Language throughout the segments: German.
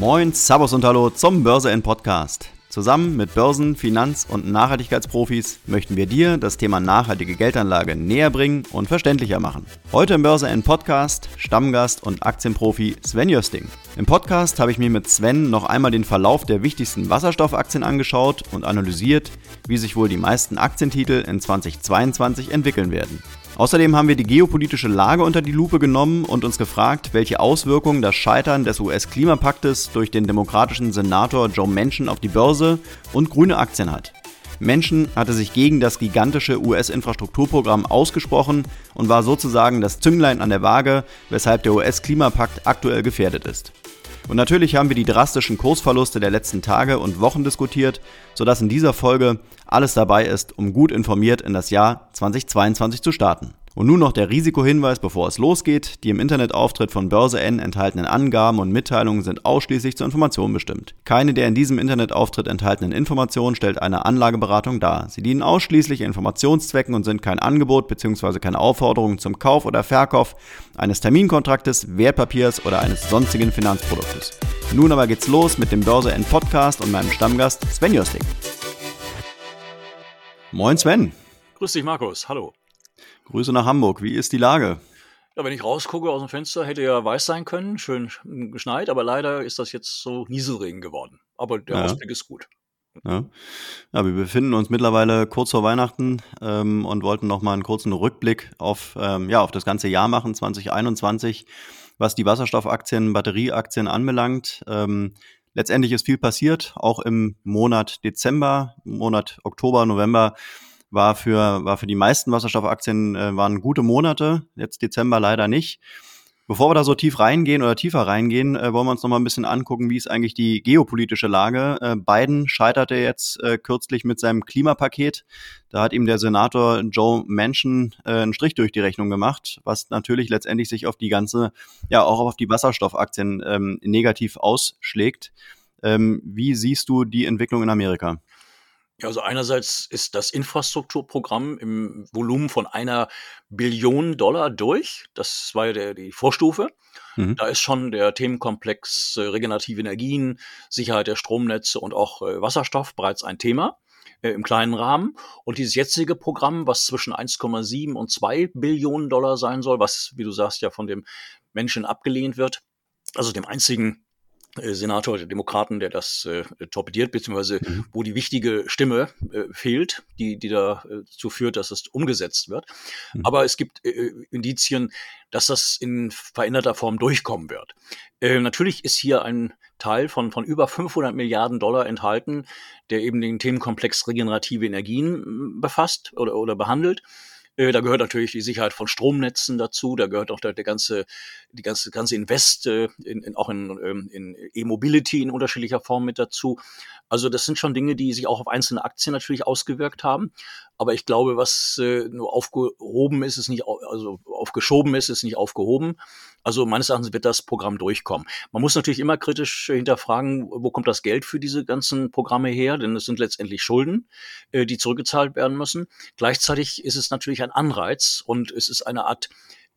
Moin, Servus und Hallo zum Börse N Podcast. Zusammen mit Börsen-, Finanz- und Nachhaltigkeitsprofis möchten wir dir das Thema nachhaltige Geldanlage näher bringen und verständlicher machen. Heute im Börse N Podcast Stammgast und Aktienprofi Sven Jösting. Im Podcast habe ich mir mit Sven noch einmal den Verlauf der wichtigsten Wasserstoffaktien angeschaut und analysiert, wie sich wohl die meisten Aktientitel in 2022 entwickeln werden. Außerdem haben wir die geopolitische Lage unter die Lupe genommen und uns gefragt, welche Auswirkungen das Scheitern des US-Klimapaktes durch den demokratischen Senator Joe Manchin auf die Börse und grüne Aktien hat. Manchin hatte sich gegen das gigantische US-Infrastrukturprogramm ausgesprochen und war sozusagen das Zünglein an der Waage, weshalb der US-Klimapakt aktuell gefährdet ist. Und natürlich haben wir die drastischen Kursverluste der letzten Tage und Wochen diskutiert, sodass in dieser Folge alles dabei ist, um gut informiert in das Jahr 2022 zu starten. Und nun noch der Risikohinweis, bevor es losgeht. Die im Internetauftritt von Börse N enthaltenen Angaben und Mitteilungen sind ausschließlich zur Information bestimmt. Keine der in diesem Internetauftritt enthaltenen Informationen stellt eine Anlageberatung dar. Sie dienen ausschließlich Informationszwecken und sind kein Angebot bzw. keine Aufforderung zum Kauf oder Verkauf eines Terminkontraktes, Wertpapiers oder eines sonstigen Finanzproduktes. Nun aber geht's los mit dem Börse N Podcast und meinem Stammgast Sven Jösting. Moin Sven. Grüß dich Markus, hallo. Grüße nach Hamburg. Wie ist die Lage? Ja, wenn ich rausgucke aus dem Fenster, hätte ja weiß sein können, schön geschneit, aber leider ist das jetzt so Nieselregen geworden. Aber der Ausblick ist gut. Ja, wir befinden uns mittlerweile kurz vor Weihnachten und wollten noch mal einen kurzen Rückblick auf das ganze Jahr machen, 2021, was die Wasserstoffaktien, Batterieaktien anbelangt. Letztendlich ist viel passiert, auch im Monat Dezember, Monat Oktober, November war für die meisten Wasserstoffaktien waren gute Monate, jetzt Dezember leider nicht. Bevor wir da so tiefer reingehen, wollen wir uns noch mal ein bisschen angucken, wie ist eigentlich die geopolitische Lage. Biden scheiterte jetzt kürzlich mit seinem Klimapaket. Da hat ihm der Senator Joe Manchin einen Strich durch die Rechnung gemacht, was natürlich letztendlich sich auf die ganze, auch auf die Wasserstoffaktien negativ ausschlägt. Wie siehst du die Entwicklung in Amerika? Ja, also einerseits ist das Infrastrukturprogramm im Volumen von $1 Billion durch. Das war ja die Vorstufe. Da ist schon der Themenkomplex regenerative Energien, Sicherheit der Stromnetze und auch Wasserstoff bereits ein Thema im kleinen Rahmen. Und dieses jetzige Programm, was zwischen 1,7 und $2 Billionen sein soll, was, wie du sagst, ja von dem Menschen abgelehnt wird, also dem einzigen Senator der Demokraten, der das torpediert, beziehungsweise wo die wichtige Stimme fehlt, die dazu führt, dass es umgesetzt wird. Aber es gibt Indizien, dass das in veränderter Form durchkommen wird. Natürlich ist hier ein Teil von über $500 Milliarden enthalten, der eben den Themenkomplex regenerative Energien befasst oder behandelt. Da gehört natürlich die Sicherheit von Stromnetzen dazu, da gehört auch die ganze Invest auch in E-Mobility in unterschiedlicher Form mit dazu. Also das sind schon Dinge, die sich auch auf einzelne Aktien natürlich ausgewirkt haben. Aber ich glaube, was nur aufgeschoben ist, ist nicht aufgehoben. Also meines Erachtens wird das Programm durchkommen. Man muss natürlich immer kritisch hinterfragen, wo kommt das Geld für diese ganzen Programme her? Denn es sind letztendlich Schulden, die zurückgezahlt werden müssen. Gleichzeitig ist es natürlich ein Anreiz und es ist eine Art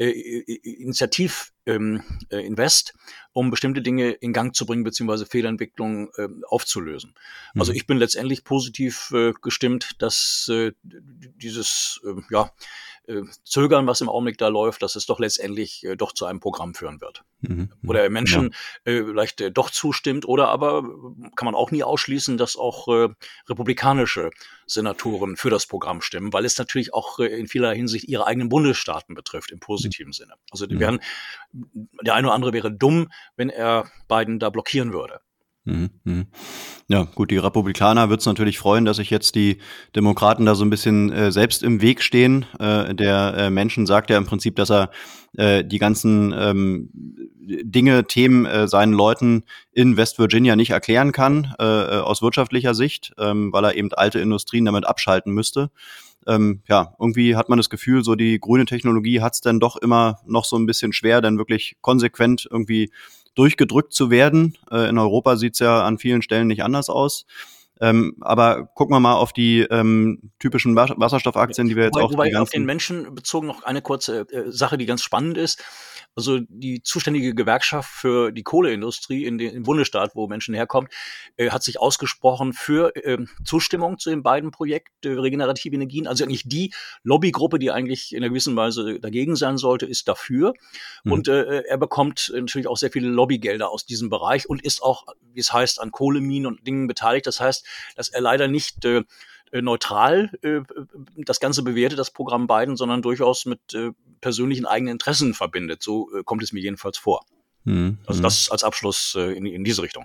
Invest, um bestimmte Dinge in Gang zu bringen beziehungsweise Fehlentwicklungen aufzulösen. Also ich bin letztendlich positiv gestimmt, dass dieses Zögern, was im Augenblick da läuft, dass es doch letztendlich doch zu einem Programm führen wird. Oder Menschen vielleicht doch zustimmt oder aber kann man auch nie ausschließen, dass auch republikanische Senatoren für das Programm stimmen, weil es natürlich auch in vieler Hinsicht ihre eigenen Bundesstaaten betrifft, im positiven Sinne. Also der eine oder andere wäre dumm, wenn er Biden da blockieren würde. Ja, gut, die Republikaner wird es natürlich freuen, dass sich jetzt die Demokraten da so ein bisschen selbst im Weg stehen. Der Manchin sagt ja im Prinzip, dass er die ganzen Themen seinen Leuten in West Virginia nicht erklären kann, aus wirtschaftlicher Sicht, weil er eben alte Industrien damit abschalten müsste. Irgendwie hat man das Gefühl, so die grüne Technologie hat es dann doch immer noch so ein bisschen schwer, dann wirklich konsequent irgendwie durchgedrückt zu werden. In Europa sieht's ja an vielen Stellen nicht anders aus. Aber gucken wir mal auf die typischen Wasserstoffaktien, die wir jetzt Wobei auf den Menschen bezogen noch eine kurze Sache, die ganz spannend ist. Also die zuständige Gewerkschaft für die Kohleindustrie im Bundesstaat, wo Menschen herkommen, hat sich ausgesprochen für Zustimmung zu den beiden Projekten regenerative Energien. Also eigentlich die Lobbygruppe, die eigentlich in einer gewissen Weise dagegen sein sollte, ist dafür. Und er bekommt natürlich auch sehr viele Lobbygelder aus diesem Bereich und ist auch, wie es heißt, an Kohleminen und Dingen beteiligt. Das heißt, dass er leider nicht neutral das Ganze bewertet, das Programm Biden, sondern durchaus mit persönlichen eigenen Interessen verbindet. So kommt es mir jedenfalls vor. Also das als Abschluss in diese Richtung.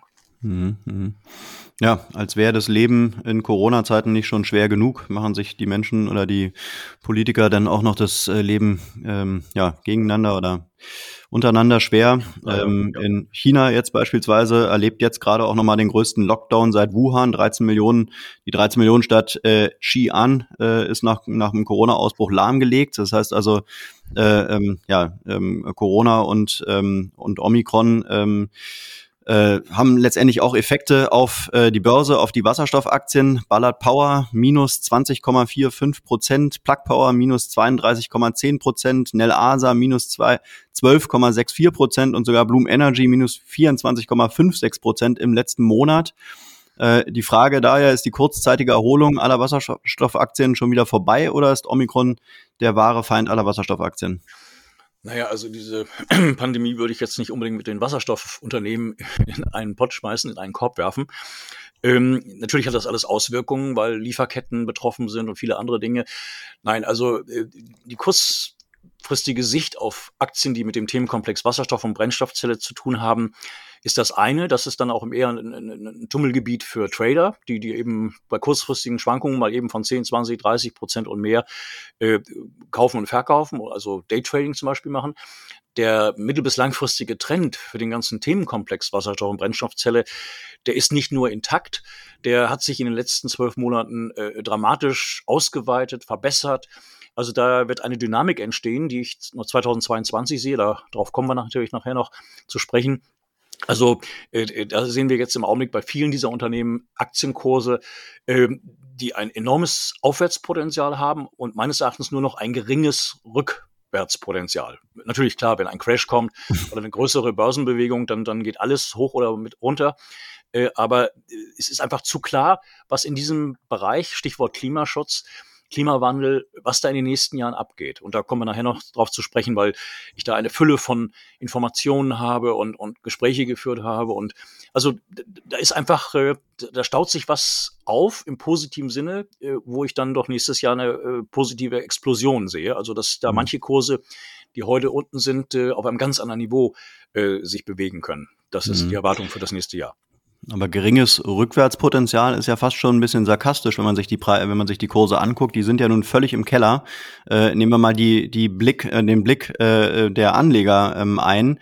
Ja, als wäre das Leben in Corona-Zeiten nicht schon schwer genug, machen sich die Menschen oder die Politiker dann auch noch das Leben gegeneinander oder untereinander schwer. In China jetzt beispielsweise erlebt jetzt gerade auch nochmal den größten Lockdown seit Wuhan. Die 13 Millionen Stadt Xi'an ist nach dem Corona-Ausbruch lahmgelegt. Das heißt also, Corona und Omikron haben letztendlich auch Effekte auf die Börse, auf die Wasserstoffaktien. Ballard Power minus 20,45%, Plug Power minus 32,10%, Nel Asa minus 12,64% und sogar Bloom Energy minus 24,56% im letzten Monat. Die Frage daher, ist die kurzzeitige Erholung aller Wasserstoffaktien schon wieder vorbei oder ist Omikron der wahre Feind aller Wasserstoffaktien? Naja, also diese Pandemie würde ich jetzt nicht unbedingt mit den Wasserstoffunternehmen in einen Pott schmeißen, in einen Korb werfen. Natürlich hat das alles Auswirkungen, weil Lieferketten betroffen sind und viele andere Dinge. Nein, also die kurzfristige Sicht auf Aktien, die mit dem Themenkomplex Wasserstoff und Brennstoffzelle zu tun haben, ist das eine. Das ist dann auch eher ein Tummelgebiet für Trader, die eben bei kurzfristigen Schwankungen mal eben von 10, 20, 30% und mehr kaufen und verkaufen, also Daytrading zum Beispiel machen. Der mittel- bis langfristige Trend für den ganzen Themenkomplex Wasserstoff und Brennstoffzelle, der ist nicht nur intakt, der hat sich in den letzten 12 Monaten dramatisch ausgeweitet, verbessert. Also da wird eine Dynamik entstehen, die ich noch 2022 sehe. Darauf kommen wir natürlich nachher noch zu sprechen. Also da sehen wir jetzt im Augenblick bei vielen dieser Unternehmen Aktienkurse, die ein enormes Aufwärtspotenzial haben und meines Erachtens nur noch ein geringes Rückwärtspotenzial. Natürlich klar, wenn ein Crash kommt oder eine größere Börsenbewegung, dann geht alles hoch oder mit runter. Aber es ist einfach zu klar, was in diesem Bereich, Stichwort Klimaschutz, Klimawandel, was da in den nächsten Jahren abgeht. Und da kommen wir nachher noch drauf zu sprechen, weil ich da eine Fülle von Informationen habe und Gespräche geführt habe. Und also da ist einfach, da staut sich was auf im positiven Sinne, wo ich dann doch nächstes Jahr eine positive Explosion sehe. Also dass da manche Kurse, die heute unten sind, auf einem ganz anderen Niveau sich bewegen können. Das ist die Erwartung für das nächste Jahr. Aber geringes Rückwärtspotenzial ist ja fast schon ein bisschen sarkastisch, wenn man sich die Kurse anguckt. Die sind ja nun völlig im Keller. Nehmen wir mal den Blick der Anleger ein,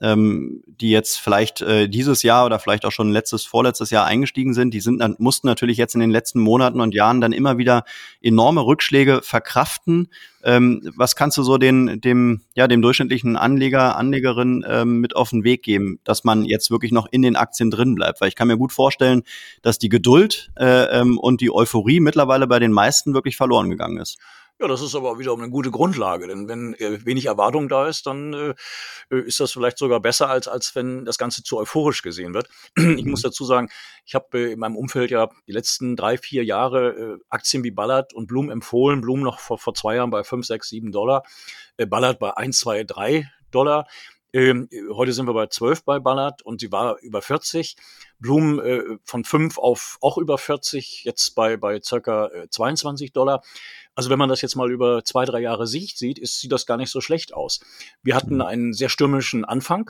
die jetzt vielleicht dieses Jahr oder vielleicht auch schon vorletztes Jahr eingestiegen sind. Mussten natürlich jetzt in den letzten Monaten und Jahren dann immer wieder enorme Rückschläge verkraften. Was kannst du so dem durchschnittlichen Anleger, Anlegerin mit auf den Weg geben, dass man jetzt wirklich noch in den Aktien drin bleibt? Weil ich kann mir gut vorstellen, dass die Geduld und die Euphorie mittlerweile bei den meisten wirklich verloren gegangen ist. Ja, das ist aber wiederum eine gute Grundlage, denn wenn wenig Erwartung da ist, dann ist das vielleicht sogar besser, als wenn das Ganze zu euphorisch gesehen wird. Ich muss dazu sagen, ich habe in meinem Umfeld ja die letzten 3, 4 Jahre Aktien wie Ballard und Bloom empfohlen. Bloom noch vor 2 Jahren bei 5, 6, 7 Dollar, Ballard bei 1, 2, 3 Dollar. Heute sind wir bei 12 bei Ballard und sie war über 40. Bloom von 5 auf auch über 40, jetzt bei circa 22 Dollar. Also wenn man das jetzt mal über 2, 3 Jahre Sicht sieht, sieht das gar nicht so schlecht aus. Wir hatten einen sehr stürmischen Anfang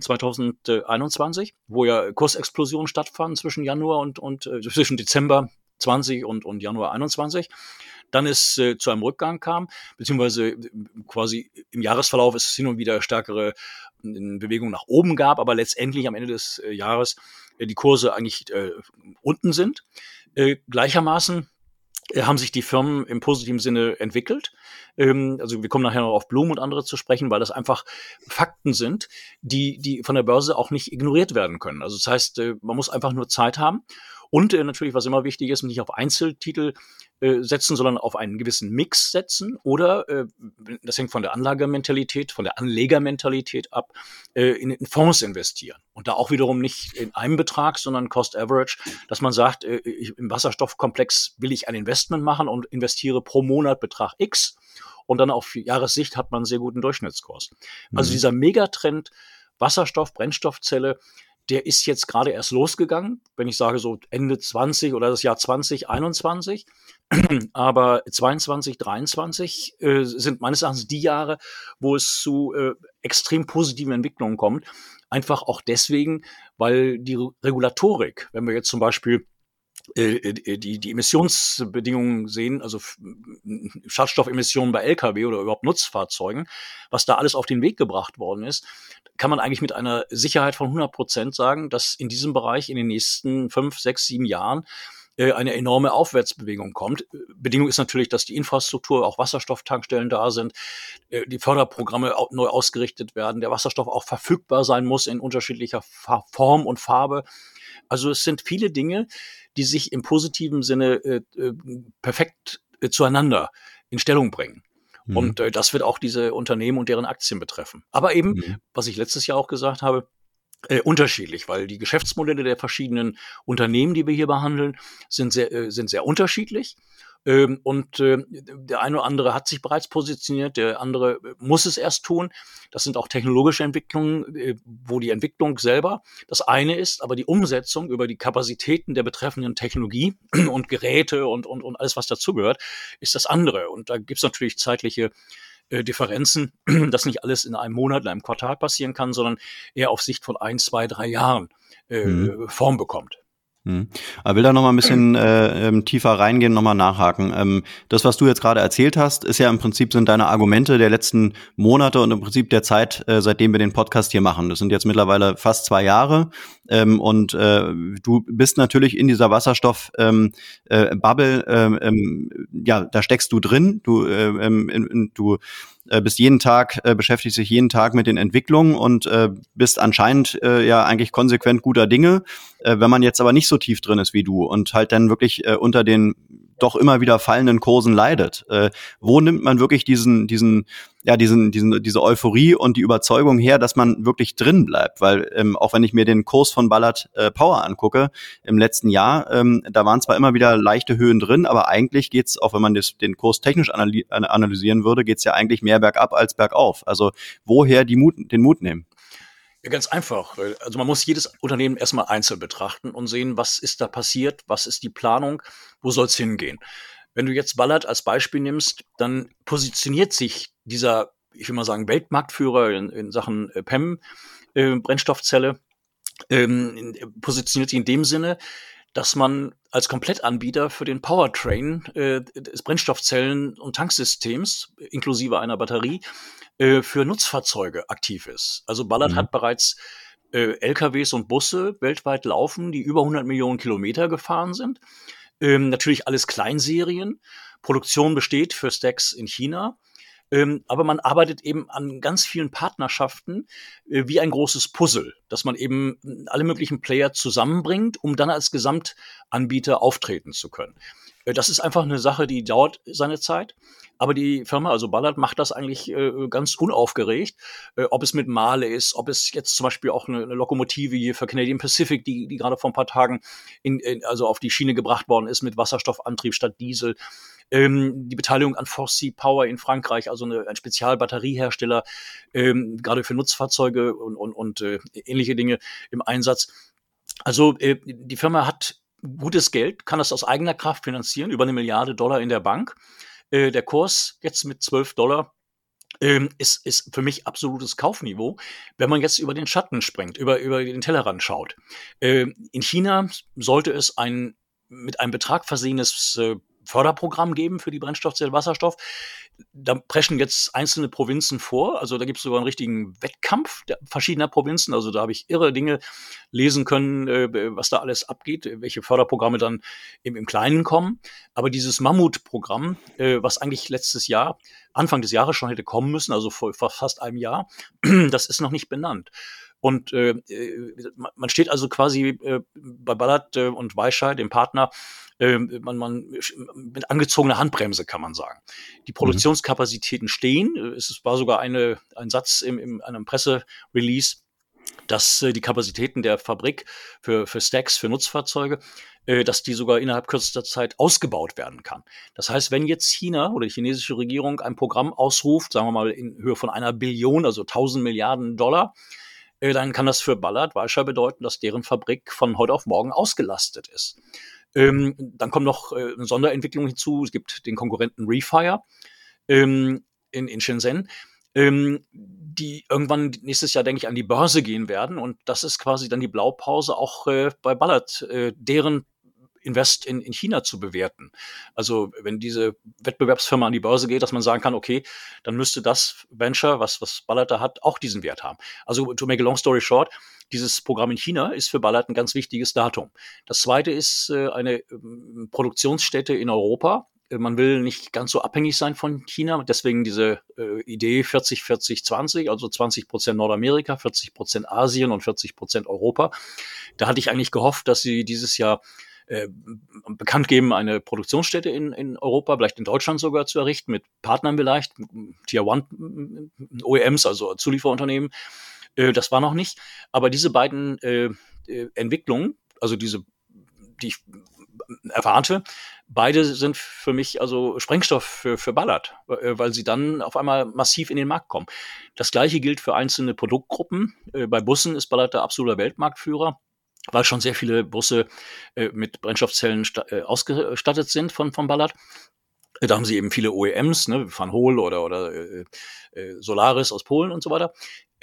2021, wo ja Kursexplosionen stattfanden zwischen Januar und zwischen Dezember 20 und Januar 21. Dann es zu einem Rückgang kam, beziehungsweise quasi im Jahresverlauf es hin und wieder stärkere Bewegungen nach oben gab, aber letztendlich am Ende des Jahres die Kurse eigentlich unten sind. Gleichermaßen haben sich die Firmen im positiven Sinne entwickelt. Also wir kommen nachher noch auf Bloom und andere zu sprechen, weil das einfach Fakten sind, die von der Börse auch nicht ignoriert werden können. Also das heißt, man muss einfach nur Zeit haben. Und natürlich, was immer wichtig ist, nicht auf Einzeltitel setzen, sondern auf einen gewissen Mix setzen oder, das hängt von der Anlagementalität, von der Anlegermentalität ab, in Fonds investieren. Und da auch wiederum nicht in einem Betrag, sondern Cost Average, dass man sagt, im Wasserstoffkomplex will ich ein Investment machen und investiere pro Monat Betrag X. Und dann auf Jahressicht hat man einen sehr guten Durchschnittskurs. Also dieser Megatrend Wasserstoff, Brennstoffzelle, der ist jetzt gerade erst losgegangen, wenn ich sage so Ende 20 oder das Jahr 2021. Aber 22, 23 sind meines Erachtens die Jahre, wo es zu extrem positiven Entwicklungen kommt. Einfach auch deswegen, weil die Regulatorik, wenn wir jetzt zum Beispiel die Emissionsbedingungen sehen, also Schadstoffemissionen bei Lkw oder überhaupt Nutzfahrzeugen, was da alles auf den Weg gebracht worden ist, kann man eigentlich mit einer Sicherheit von 100% sagen, dass in diesem Bereich in den nächsten 5, 6, 7 Jahren eine enorme Aufwärtsbewegung kommt. Bedingung ist natürlich, dass die Infrastruktur, auch Wasserstofftankstellen da sind, die Förderprogramme neu ausgerichtet werden, der Wasserstoff auch verfügbar sein muss in unterschiedlicher Form und Farbe. Also es sind viele Dinge, die sich im positiven Sinne perfekt zueinander in Stellung bringen. Und das wird auch diese Unternehmen und deren Aktien betreffen. Aber eben, was ich letztes Jahr auch gesagt habe, unterschiedlich, weil die Geschäftsmodelle der verschiedenen Unternehmen, die wir hier behandeln, sind sehr unterschiedlich. Und der eine oder andere hat sich bereits positioniert, der andere muss es erst tun. Das sind auch technologische Entwicklungen, wo die Entwicklung selber das eine ist, aber die Umsetzung über die Kapazitäten der betreffenden Technologie und Geräte und alles, was dazugehört, ist das andere. Und da gibt es natürlich zeitliche Differenzen, dass nicht alles in einem Monat, in einem Quartal passieren kann, sondern eher auf Sicht von 1, 2, 3 Jahren Form bekommt. Aber will da noch mal ein bisschen tiefer reingehen, noch mal nachhaken. Das, was du jetzt gerade erzählt hast, ist ja im Prinzip sind deine Argumente der letzten Monate und im Prinzip der Zeit, seitdem wir den Podcast hier machen. Das sind jetzt mittlerweile fast 2 Jahre. Und du bist natürlich in dieser Wasserstoff-Bubble, ja, da steckst du drin. Du bist jeden Tag, beschäftigst dich jeden Tag mit den Entwicklungen und bist anscheinend ja eigentlich konsequent guter Dinge. Wenn man jetzt aber nicht so tief drin ist wie du und halt dann wirklich unter den doch immer wieder fallenden Kursen leidet, wo nimmt man wirklich diese Euphorie und die Überzeugung her, dass man wirklich drin bleibt? Weil auch wenn ich mir den Kurs von Ballard Power angucke im letzten Jahr, da waren zwar immer wieder leichte Höhen drin, aber eigentlich geht's, auch wenn man den Kurs technisch analysieren würde, geht's ja eigentlich mehr bergab als bergauf. Also woher den Mut nehmen? Ja, ganz einfach. Also man muss jedes Unternehmen erstmal einzeln betrachten und sehen, was ist da passiert, was ist die Planung, wo soll es hingehen. Wenn du jetzt Ballard als Beispiel nimmst, dann positioniert sich dieser, ich will mal sagen, Weltmarktführer in Sachen PEM, Brennstoffzelle, positioniert sich in dem Sinne, dass man als Komplettanbieter für den Powertrain des Brennstoffzellen- und Tanksystems inklusive einer Batterie für Nutzfahrzeuge aktiv ist. Also Ballard hat bereits LKWs und Busse weltweit laufen, die über 100 Millionen Kilometer gefahren sind. Natürlich alles Kleinserien. Produktion besteht für Stacks in China. Aber man arbeitet eben an ganz vielen Partnerschaften wie ein großes Puzzle, dass man eben alle möglichen Player zusammenbringt, um dann als Gesamtanbieter auftreten zu können. Das ist einfach eine Sache, die dauert seine Zeit. Aber die Firma, also Ballard, macht das eigentlich ganz unaufgeregt. Ob es mit Mahle ist, ob es jetzt zum Beispiel auch eine Lokomotive hier für Canadian Pacific, die gerade vor ein paar Tagen also auf die Schiene gebracht worden ist mit Wasserstoffantrieb statt Diesel. Die Beteiligung an Forsy Power in Frankreich, also ein Spezialbatteriehersteller, gerade für Nutzfahrzeuge und ähnliche Dinge im Einsatz. Also die Firma hat gutes Geld, kann das aus eigener Kraft finanzieren, über $1 Milliarde in der Bank. Der Kurs jetzt mit $12 ist für mich absolutes Kaufniveau, wenn man jetzt über den Schatten springt, über den Tellerrand schaut. In China sollte es mit einem Betrag versehenes Förderprogramm geben für die Brennstoffzelle Wasserstoff. Da preschen jetzt einzelne Provinzen vor. Also da gibt es sogar einen richtigen Wettkampf verschiedener Provinzen. Also da habe ich irre Dinge lesen können, was da alles abgeht, welche Förderprogramme dann im Kleinen kommen. Aber dieses Mammutprogramm, was eigentlich letztes Jahr, Anfang des Jahres schon hätte kommen müssen, also vor fast einem Jahr, das ist noch nicht benannt. Und man steht also quasi bei Ballard und Weichai, dem Partner, man mit angezogener Handbremse, kann man sagen. Die Produktionskapazitäten stehen. Es war sogar ein Satz in einem Presserelease, dass die Kapazitäten der Fabrik für Stacks, für Nutzfahrzeuge, dass die sogar innerhalb kürzester Zeit ausgebaut werden kann. Das heißt, wenn jetzt China oder die chinesische Regierung ein Programm ausruft, sagen wir mal in Höhe von 1 Billion, also 1000 Milliarden Dollar, dann kann das für Ballard Weichai bedeuten, dass deren Fabrik von heute auf morgen ausgelastet ist. Dann kommt noch eine Sonderentwicklung hinzu. Es gibt den Konkurrenten Refire in Shenzhen, die irgendwann nächstes Jahr, denke ich, an die Börse gehen werden. Und das ist quasi dann die Blaupause auch bei Ballard, deren Invest in China zu bewerten. Also wenn diese Wettbewerbsfirma an die Börse geht, dass man sagen kann, okay, dann müsste das Venture, was Ballard da hat, auch diesen Wert haben. Also to make a long story short, dieses Programm in China ist für Ballard ein ganz wichtiges Datum. Das zweite ist eine Produktionsstätte in Europa. Man will nicht ganz so abhängig sein von China, deswegen diese Idee 40-40-20, also 20% Nordamerika, 40% Asien und 40% Europa. Da hatte ich eigentlich gehofft, dass sie dieses Jahr bekannt geben, eine Produktionsstätte in Europa, vielleicht in Deutschland sogar zu errichten, mit Partnern vielleicht, Tier One OEMs, also Zulieferunternehmen. Das war noch nicht. Aber diese beiden Entwicklungen, also die ich erwarte, beide sind für mich also Sprengstoff für Ballard, weil sie dann auf einmal massiv in den Markt kommen. Das Gleiche gilt für einzelne Produktgruppen. Bei Bussen ist Ballard der absolute Weltmarktführer, weil schon sehr viele Busse mit Brennstoffzellen ausgestattet sind von Ballard. Da haben sie eben viele OEMs, ne, Van Hool oder Solaris aus Polen und so weiter.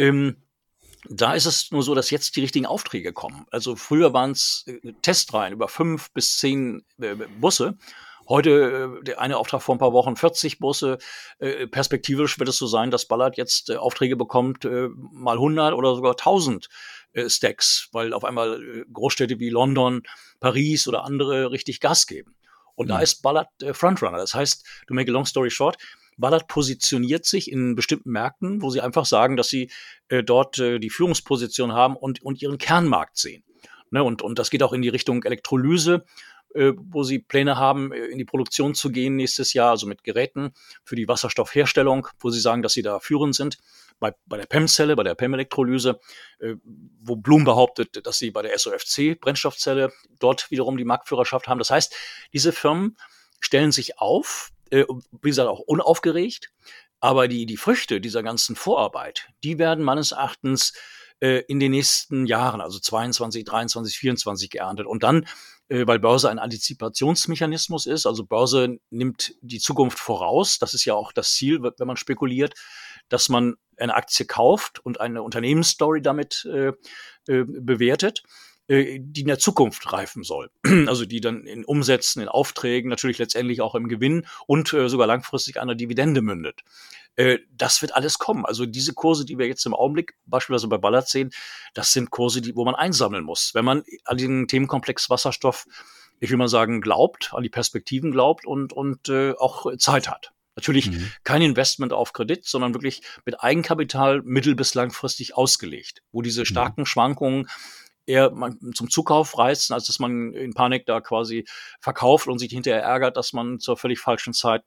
Da ist es nur so, dass jetzt die richtigen Aufträge kommen. Also früher waren es Testreihen über 5 bis 10 Busse. Heute der eine Auftrag vor ein paar Wochen 40 Busse. Perspektivisch wird es so sein, dass Ballard jetzt Aufträge bekommt, mal 100 oder sogar 1000 Stacks, weil auf einmal Großstädte wie London, Paris oder andere richtig Gas geben. Und da ist Ballard Frontrunner. Das heißt, to make a long story short, Ballard positioniert sich in bestimmten Märkten, wo sie einfach sagen, dass sie dort die Führungsposition haben und ihren Kernmarkt sehen. Ne, und das geht auch in die Richtung Elektrolyse, wo sie Pläne haben, in die Produktion zu gehen nächstes Jahr, also mit Geräten für die Wasserstoffherstellung, wo sie sagen, dass sie da führend sind. Bei der PEM-Zelle, bei der PEM-Elektrolyse, wo Bloom behauptet, dass sie bei der SOFC-Brennstoffzelle dort wiederum die Marktführerschaft haben. Das heißt, diese Firmen stellen sich auf, wie gesagt, auch unaufgeregt, aber die Früchte dieser ganzen Vorarbeit, die werden meines Erachtens in den nächsten Jahren, also 22, 23, 24 geerntet. Und dann, weil Börse ein Antizipationsmechanismus ist, also Börse nimmt die Zukunft voraus, das ist ja auch das Ziel, wenn man spekuliert, dass man eine Aktie kauft und eine Unternehmensstory damit bewertet, die in der Zukunft reifen soll. Also die dann in Umsätzen, in Aufträgen, natürlich letztendlich auch im Gewinn und sogar langfristig einer Dividende mündet. Das wird alles kommen. Also diese Kurse, die wir jetzt im Augenblick beispielsweise bei Ballard sehen, das sind Kurse, wo man einsammeln muss. Wenn man an den Themenkomplex Wasserstoff, ich will mal sagen, glaubt, an die Perspektiven glaubt und auch Zeit hat. Natürlich kein Investment auf Kredit, sondern wirklich mit Eigenkapital mittel- bis langfristig ausgelegt, wo diese starken Schwankungen eher zum Zukauf reizen, als dass man in Panik da quasi verkauft und sich hinterher ärgert, dass man zur völlig falschen Zeit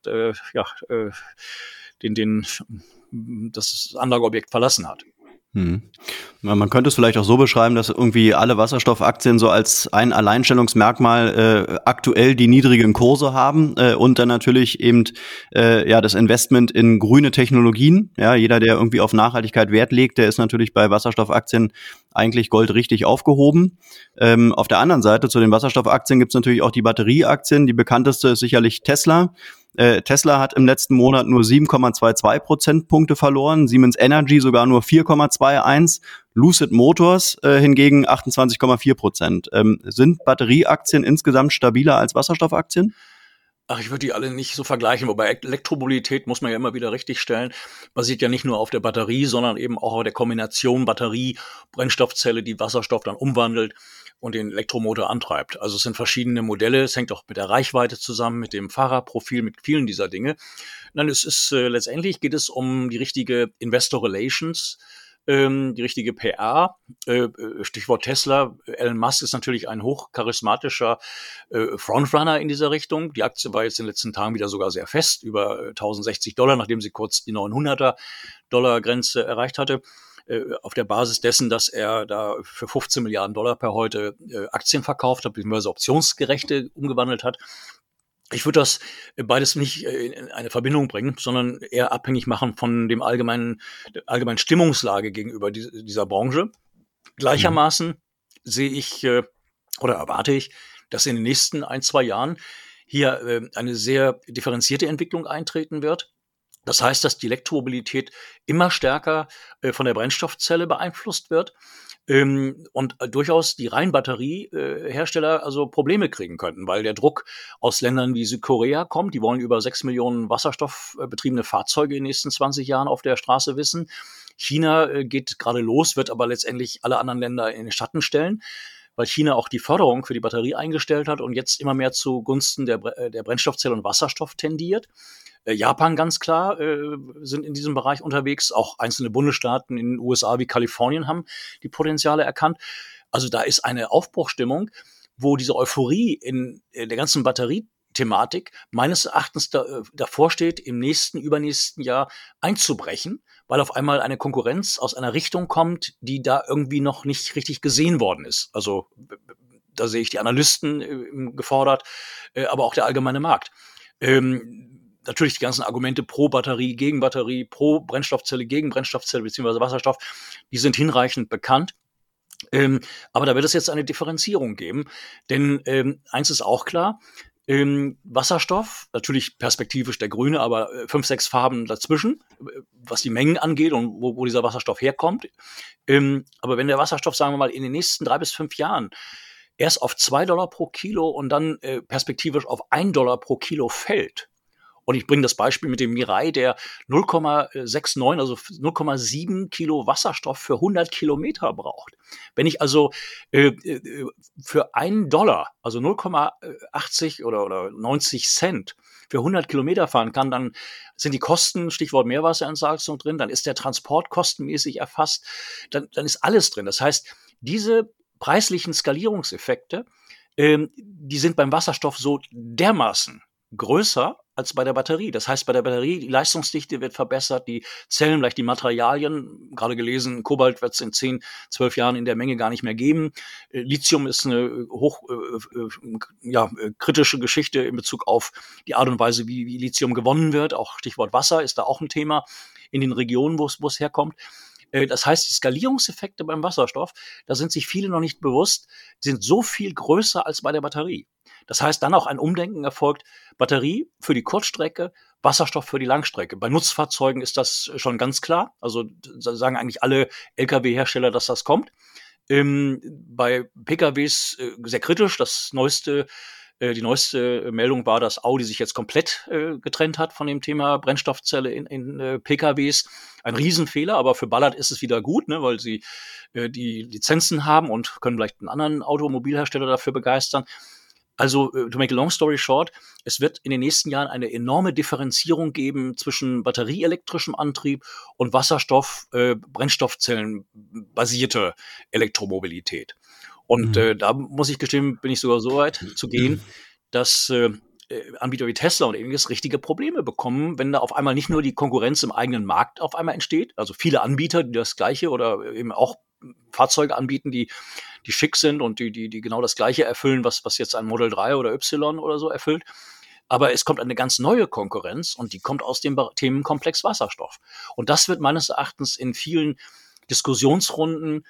das Anlageobjekt verlassen hat. Man könnte es vielleicht auch so beschreiben, dass irgendwie alle Wasserstoffaktien so als ein Alleinstellungsmerkmal aktuell die niedrigen Kurse haben und dann natürlich eben das Investment in grüne Technologien. Ja, jeder, der irgendwie auf Nachhaltigkeit Wert legt, der ist natürlich bei Wasserstoffaktien eigentlich goldrichtig aufgehoben. Auf der anderen Seite zu den Wasserstoffaktien gibt es natürlich auch die Batterieaktien. Die bekannteste ist sicherlich Tesla. Tesla hat im letzten Monat nur 7,22 Prozentpunkte verloren, Siemens Energy sogar nur 4,21, Lucid Motors hingegen 28,4%. Sind Batterieaktien insgesamt stabiler als Wasserstoffaktien? Ach, ich würde die alle nicht so vergleichen, wobei Elektromobilität, muss man ja immer wieder richtigstellen, basiert ja nicht nur auf der Batterie, sondern eben auch auf der Kombination Batterie, Brennstoffzelle, die Wasserstoff dann umwandelt und den Elektromotor antreibt. Also es sind verschiedene Modelle, es hängt auch mit der Reichweite zusammen, mit dem Fahrerprofil, mit vielen dieser Dinge. Nein, es ist letztendlich geht es um die richtige Investor Relations die richtige PR. Stichwort Tesla. Elon Musk ist natürlich ein hochcharismatischer Frontrunner in dieser Richtung. Die Aktie war jetzt in den letzten Tagen wieder sogar sehr fest, über $1.060, nachdem sie kurz die 900er-Dollar-Grenze erreicht hatte. Auf der Basis dessen, dass er da für $15 Milliarden per heute Aktien verkauft hat, beziehungsweise optionsgerechte umgewandelt hat. Ich würde das beides nicht in eine Verbindung bringen, sondern eher abhängig machen von dem allgemeinen Stimmungslage gegenüber dieser Branche. Gleichermaßen sehe ich oder erwarte ich, dass in den nächsten 1-2 Jahren hier eine sehr differenzierte Entwicklung eintreten wird. Das heißt, dass die Elektromobilität immer stärker von der Brennstoffzelle beeinflusst wird und durchaus die Reinbatteriehersteller also Probleme kriegen könnten, weil der Druck aus Ländern wie Südkorea kommt. Die wollen über 6 Millionen wasserstoffbetriebene Fahrzeuge in den nächsten 20 Jahren auf der Straße wissen. China geht gerade los, wird aber letztendlich alle anderen Länder in den Schatten stellen, weil China auch die Förderung für die Batterie eingestellt hat und jetzt immer mehr zugunsten der Brennstoffzelle und Wasserstoff tendiert. Japan ganz klar sind in diesem Bereich unterwegs. Auch einzelne Bundesstaaten in den USA wie Kalifornien haben die Potenziale erkannt. Also da ist eine Aufbruchstimmung, wo diese Euphorie in der ganzen Batteriethematik meines Erachtens davor steht, im übernächsten Jahr einzubrechen, weil auf einmal eine Konkurrenz aus einer Richtung kommt, die da irgendwie noch nicht richtig gesehen worden ist. Also da sehe ich die Analysten gefordert, aber auch der allgemeine Markt. Natürlich die ganzen Argumente pro Batterie, gegen Batterie, pro Brennstoffzelle, gegen Brennstoffzelle beziehungsweise Wasserstoff, die sind hinreichend bekannt. Aber da wird es jetzt eine Differenzierung geben, denn eins ist auch klar, Wasserstoff, natürlich perspektivisch der grüne, aber 5, 6 Farben dazwischen, was die Mengen angeht und wo dieser Wasserstoff herkommt. Aber wenn der Wasserstoff, sagen wir mal, in den nächsten 3 bis 5 Jahren erst auf $2 pro Kilo und dann perspektivisch auf $1 pro Kilo fällt, und ich bringe das Beispiel mit dem Mirai, der 0,69, also 0,7 Kilo Wasserstoff für 100 Kilometer braucht. Wenn ich also für $1, also 0,80 oder 90 Cent für 100 Kilometer fahren kann, dann sind die Kosten, Stichwort Meerwasserentsalzung drin, dann ist der Transport kostenmäßig erfasst, dann ist alles drin. Das heißt, diese preislichen Skalierungseffekte, die sind beim Wasserstoff so dermaßen größer als bei der Batterie. Das heißt, bei der Batterie, die Leistungsdichte wird verbessert, die Zellen, vielleicht die Materialien, gerade gelesen, Kobalt wird es in 10, 12 Jahren in der Menge gar nicht mehr geben. Lithium ist eine kritische Geschichte in Bezug auf die Art und Weise, wie Lithium gewonnen wird. Auch Stichwort Wasser ist da auch ein Thema in den Regionen, wo es herkommt. Das heißt, die Skalierungseffekte beim Wasserstoff, da sind sich viele noch nicht bewusst, sind so viel größer als bei der Batterie. Das heißt, dann auch ein Umdenken erfolgt, Batterie für die Kurzstrecke, Wasserstoff für die Langstrecke. Bei Nutzfahrzeugen ist das schon ganz klar. Also sagen eigentlich alle Lkw-Hersteller, dass das kommt. Bei PKWs sehr kritisch. Die neueste Meldung war, dass Audi sich jetzt komplett getrennt hat von dem Thema Brennstoffzelle in PKWs. Ein Riesenfehler, aber für Ballard ist es wieder gut, ne, weil sie die Lizenzen haben und können vielleicht einen anderen Automobilhersteller dafür begeistern. Also, to make a long story short, es wird in den nächsten Jahren eine enorme Differenzierung geben zwischen batterieelektrischem Antrieb und Wasserstoff, Brennstoffzellen-basierte Elektromobilität. Und da muss ich gestehen, bin ich sogar so weit zu gehen, dass Anbieter wie Tesla und ähnliches richtige Probleme bekommen, wenn da auf einmal nicht nur die Konkurrenz im eigenen Markt auf einmal entsteht, also viele Anbieter, die das Gleiche oder eben auch Fahrzeuge anbieten, die schick sind und die genau das Gleiche erfüllen, was jetzt ein Model 3 oder Y oder so erfüllt. Aber es kommt eine ganz neue Konkurrenz und die kommt aus dem Themenkomplex Wasserstoff. Und das wird meines Erachtens in vielen Diskussionsrunden,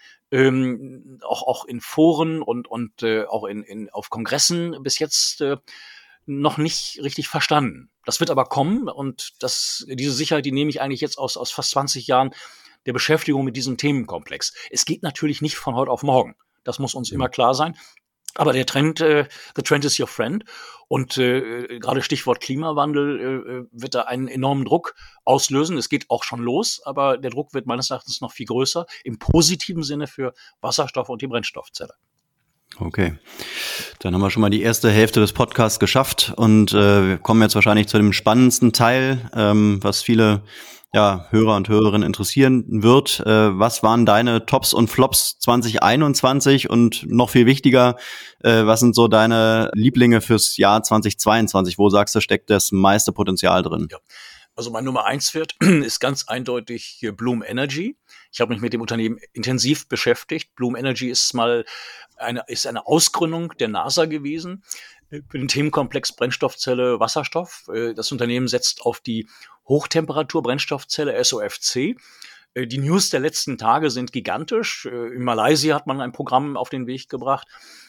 auch in Foren und auch auf Kongressen bis jetzt noch nicht richtig verstanden. Das wird aber kommen und diese Sicherheit, die nehme ich eigentlich jetzt aus fast 20 Jahren der Beschäftigung mit diesem Themenkomplex. Es geht natürlich nicht von heute auf morgen. Das muss uns immer klar sein. Aber der Trend, the trend is your friend. Und gerade Stichwort Klimawandel wird da einen enormen Druck auslösen. Es geht auch schon los, aber der Druck wird meines Erachtens noch viel größer, im positiven Sinne für Wasserstoff und die Brennstoffzelle. Okay, dann haben wir schon mal die erste Hälfte des Podcasts geschafft und wir kommen jetzt wahrscheinlich zu dem spannendsten Teil, was viele Hörer und Hörerinnen interessieren wird. Was waren deine Tops und Flops 2021 und noch viel wichtiger, was sind so deine Lieblinge fürs Jahr 2022? Wo sagst du, steckt das meiste Potenzial drin? Ja. Also mein Nummer 1 Wert ist ganz eindeutig Bloom Energy. Ich habe mich mit dem Unternehmen intensiv beschäftigt. Bloom Energy ist eine Ausgründung der NASA gewesen für den Themenkomplex Brennstoffzelle, Wasserstoff. Das Unternehmen setzt auf die Hochtemperatur-Brennstoffzelle SOFC. Die News der letzten Tage sind gigantisch. In Malaysia hat man ein Programm auf den Weg gebracht.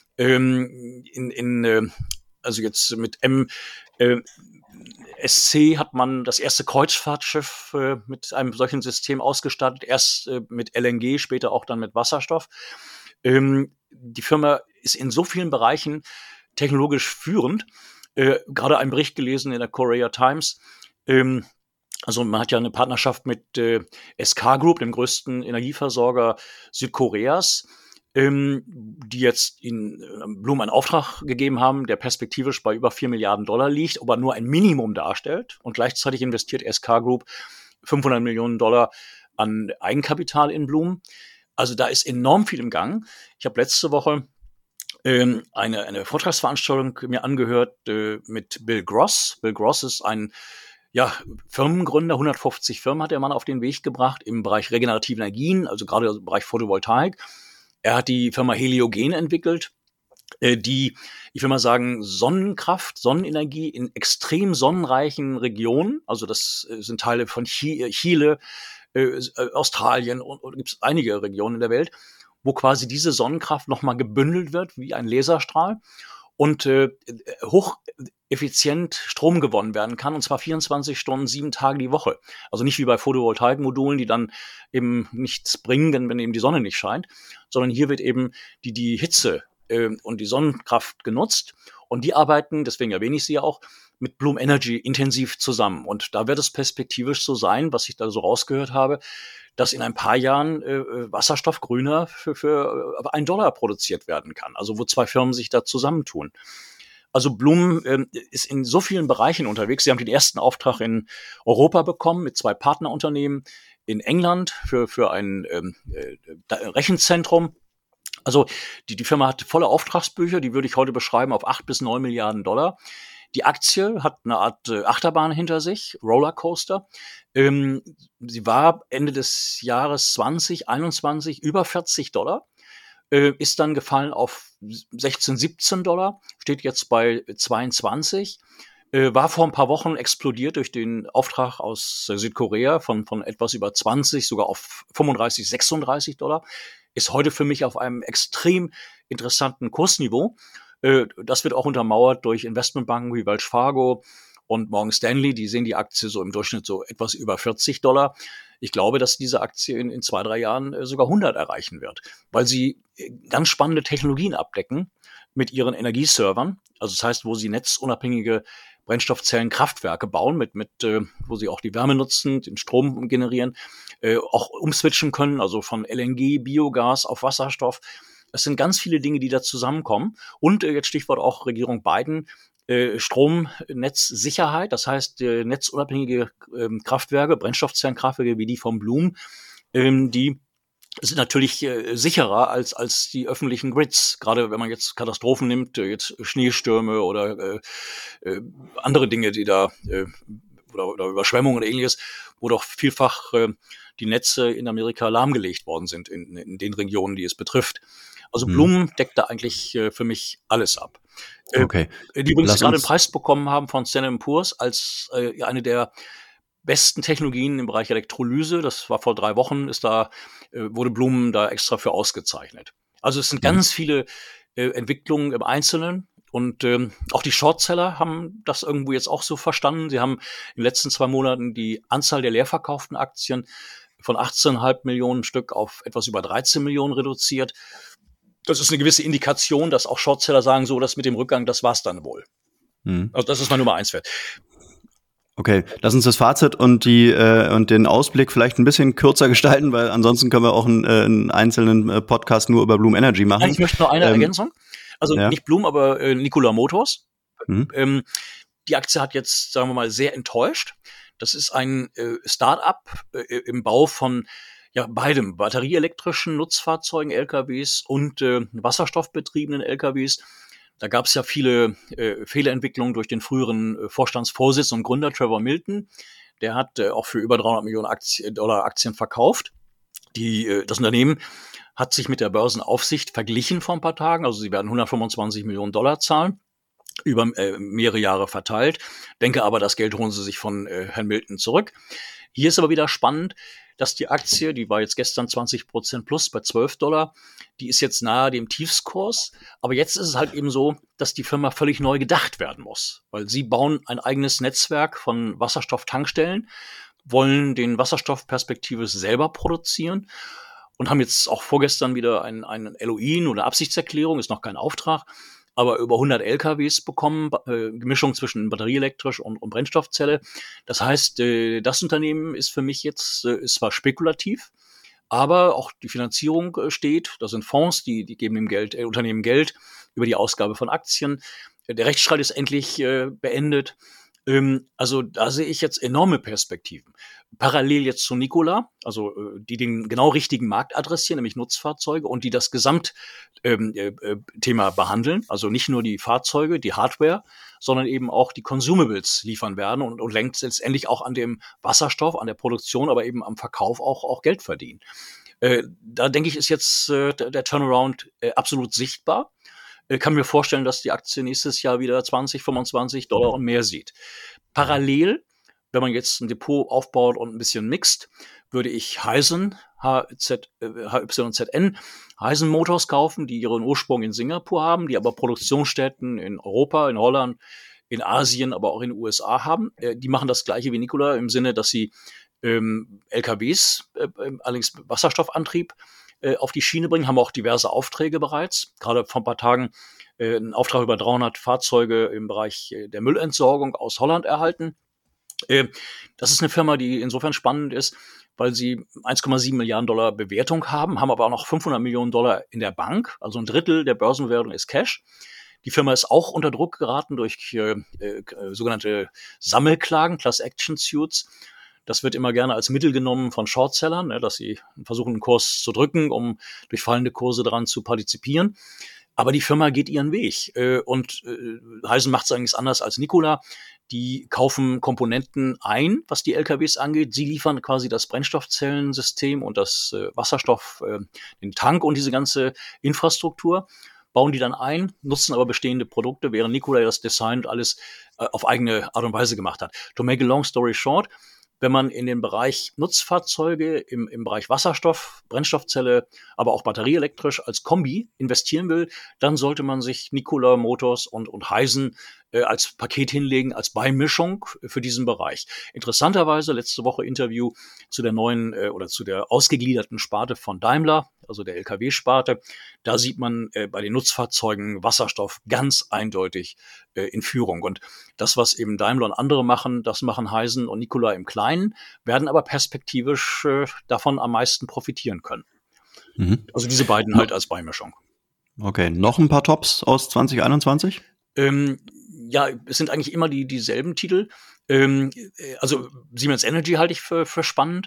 Also jetzt mit SC hat man das erste Kreuzfahrtschiff mit einem solchen System ausgestattet. Erst mit LNG, später auch dann mit Wasserstoff. Die Firma ist in so vielen Bereichen technologisch führend. Gerade einen Bericht gelesen in der Korea Times. Also man hat ja eine Partnerschaft mit SK Group, dem größten Energieversorger Südkoreas, die jetzt in Bloom einen Auftrag gegeben haben, der perspektivisch bei über 4 Milliarden Dollar liegt, aber nur ein Minimum darstellt. Und gleichzeitig investiert SK Group 500 Millionen Dollar an Eigenkapital in Bloom. Also da ist enorm viel im Gang. Ich habe letzte Woche eine Vortragsveranstaltung mir angehört mit Bill Gross. Bill Gross ist ein Firmengründer, 150 Firmen hat der Mann auf den Weg gebracht im Bereich regenerative Energien, also gerade im Bereich Photovoltaik. Er hat die Firma Heliogen entwickelt, die, ich will mal sagen, Sonnenkraft, Sonnenenergie in extrem sonnenreichen Regionen, also das sind Teile von Chile, Australien und gibt es einige Regionen in der Welt, wo quasi diese Sonnenkraft nochmal gebündelt wird wie ein Laserstrahl und hocheffizient Strom gewonnen werden kann, und zwar 24 Stunden, 7 Tage die Woche. Also nicht wie bei Photovoltaikmodulen, die dann eben nichts bringen, wenn eben die Sonne nicht scheint, sondern hier wird eben die Hitze und die Sonnenkraft genutzt. Und die arbeiten, deswegen erwähne ich sie ja auch, mit Bloom Energy intensiv zusammen. Und da wird es perspektivisch so sein, was ich da so rausgehört habe, dass in ein paar Jahren Wasserstoff grüner für $1 produziert werden kann. Also wo 2 Firmen sich da zusammentun. Also Bloom ist in so vielen Bereichen unterwegs. Sie haben den ersten Auftrag in Europa bekommen mit 2 Partnerunternehmen in England für ein Rechenzentrum. Also die Firma hat volle Auftragsbücher, die würde ich heute beschreiben auf 8 bis 9 Milliarden Dollar. Die Aktie hat eine Art Achterbahn hinter sich, Rollercoaster. Sie war Ende des Jahres 2021 über $40, ist dann gefallen auf 16, 17 Dollar, steht jetzt bei 22, war vor ein paar Wochen explodiert durch den Auftrag aus Südkorea von etwas über 20, sogar auf 35, 36 Dollar, ist heute für mich auf einem extrem interessanten Kursniveau. Das wird auch untermauert durch Investmentbanken wie Wells Fargo und Morgan Stanley. Die sehen die Aktie so im Durchschnitt so etwas über $40. Ich glaube, dass diese Aktie in 2, 3 Jahren sogar 100 erreichen wird, weil sie ganz spannende Technologien abdecken mit ihren Energieservern. Also das heißt, wo sie netzunabhängige Brennstoffzellenkraftwerke bauen, wo sie auch die Wärme nutzen, den Strom generieren, auch umswitchen können, also von LNG, Biogas auf Wasserstoff. Es sind ganz viele Dinge, die da zusammenkommen. Und jetzt Stichwort auch Regierung Biden, Stromnetzsicherheit, das heißt netzunabhängige Kraftwerke, Brennstoffzellenkraftwerke wie die von Bloom, die sind natürlich sicherer als die öffentlichen Grids. Gerade wenn man jetzt Katastrophen nimmt, jetzt Schneestürme oder andere Dinge, die da oder Überschwemmungen oder ähnliches, wo doch vielfach die Netze in Amerika lahmgelegt worden sind in den Regionen, die es betrifft. Also Bloom deckt da eigentlich für mich alles ab. Okay. Die übrigens gerade einen Preis bekommen haben von Standard & Poor's als eine der besten Technologien im Bereich Elektrolyse. Das war vor 3 Wochen, wurde Bloom da extra für ausgezeichnet. Also es sind ganz viele Entwicklungen im Einzelnen. Und auch die Shortseller haben das irgendwo jetzt auch so verstanden. Sie haben in den letzten 2 Monaten die Anzahl der leer verkauften Aktien von 18,5 Millionen Stück auf etwas über 13 Millionen reduziert. Das ist eine gewisse Indikation, dass auch Shortseller sagen, so, das mit dem Rückgang, das war's dann wohl. Also das ist mein Nummer 1 Wert. Okay, lass uns das Fazit und den Ausblick vielleicht ein bisschen kürzer gestalten, weil ansonsten können wir auch einen einzelnen Podcast nur über Bloom Energy machen. Ich möchte noch eine Ergänzung. Also nicht Bloom, aber Nikola Motors. Die Aktie hat jetzt, sagen wir mal, sehr enttäuscht. Das ist ein Start-up im Bau von beidem, batterieelektrischen Nutzfahrzeugen, LKWs und wasserstoffbetriebenen LKWs. Da gab es ja viele Fehlerentwicklungen durch den früheren Vorstandsvorsitzenden und Gründer Trevor Milton. Der hat auch für über 300 Millionen Dollar Aktien verkauft. Das Unternehmen hat sich mit der Börsenaufsicht verglichen vor ein paar Tagen. Also sie werden 125 Millionen Dollar zahlen, über mehrere Jahre verteilt. Denke aber, das Geld holen sie sich von Herrn Milton zurück. Hier ist aber wieder spannend, dass die Aktie, die war jetzt gestern 20% plus bei $12, die ist jetzt nahe dem Tiefskurs. Aber jetzt ist es halt eben so, dass die Firma völlig neu gedacht werden muss, weil sie bauen ein eigenes Netzwerk von Wasserstofftankstellen, wollen den Wasserstoff perspektivisch selber produzieren und haben jetzt auch vorgestern wieder ein LOI, nur eine Absichtserklärung, ist noch kein Auftrag, aber über 100 LKWs bekommen, Mischung zwischen batterieelektrisch und Brennstoffzelle. Das heißt, das Unternehmen ist für mich jetzt, ist zwar spekulativ, aber auch die Finanzierung steht. Da sind Fonds, die geben dem Unternehmen Geld über die Ausgabe von Aktien. Der Rechtsstreit ist endlich beendet. Also da sehe ich jetzt enorme Perspektiven. Parallel jetzt zu Nikola, also die den genau richtigen Markt adressieren, nämlich Nutzfahrzeuge und die das Gesamtthema behandeln, also nicht nur die Fahrzeuge, die Hardware, sondern eben auch die Consumables liefern werden und letztendlich auch an dem Wasserstoff, an der Produktion, aber eben am Verkauf auch Geld verdienen. Da denke ich, ist jetzt der Turnaround absolut sichtbar. Kann mir vorstellen, dass die Aktie nächstes Jahr wieder 20, 25 Dollar und mehr sieht. Parallel, wenn man jetzt ein Depot aufbaut und ein bisschen mixt, würde ich Hyzon, HYZN, Hyzon Motors kaufen, die ihren Ursprung in Singapur haben, die aber Produktionsstätten in Europa, in Holland, in Asien, aber auch in den USA haben. Die machen das Gleiche wie Nikola im Sinne, dass sie LKWs, allerdings Wasserstoffantrieb, auf die Schiene bringen, haben auch diverse Aufträge bereits. Gerade vor ein paar Tagen einen Auftrag über 300 Fahrzeuge im Bereich der Müllentsorgung aus Holland erhalten. Das ist eine Firma, die insofern spannend ist, weil sie 1,7 Milliarden Dollar Bewertung haben aber auch noch 500 Millionen Dollar in der Bank. Also ein Drittel der Börsenbewertung ist Cash. Die Firma ist auch unter Druck geraten durch sogenannte Sammelklagen, Class Action Suits. Das wird immer gerne als Mittel genommen von Shortsellern, dass sie versuchen, einen Kurs zu drücken, um durch fallende Kurse daran zu partizipieren. Aber die Firma geht ihren Weg. Und Hyzon macht es eigentlich anders als Nikola. Die kaufen Komponenten ein, was die LKWs angeht. Sie liefern quasi das Brennstoffzellensystem und das Wasserstoff, den Tank und diese ganze Infrastruktur, bauen die dann ein, nutzen aber bestehende Produkte, während Nikola das Design und alles auf eigene Art und Weise gemacht hat. To make a long story short, wenn man in den Bereich Nutzfahrzeuge im Bereich Wasserstoff, Brennstoffzelle, aber auch batterieelektrisch als Kombi investieren will, dann sollte man sich Nikola Motors und Hyzon als Paket hinlegen, als Beimischung für diesen Bereich. Interessanterweise letzte Woche Interview zu der neuen oder zu der ausgegliederten Sparte von Daimler, also der LKW-Sparte. Da sieht man bei den Nutzfahrzeugen Wasserstoff ganz eindeutig in Führung. Und das, was eben Daimler und andere machen, das machen Hyzon und Nikola im Kleinen, werden aber perspektivisch davon am meisten profitieren können. Mhm. Also diese beiden halt als Beimischung. Okay, noch ein paar Tops aus 2021? Ja, es sind eigentlich immer dieselben Titel. Also Siemens Energy halte ich für spannend.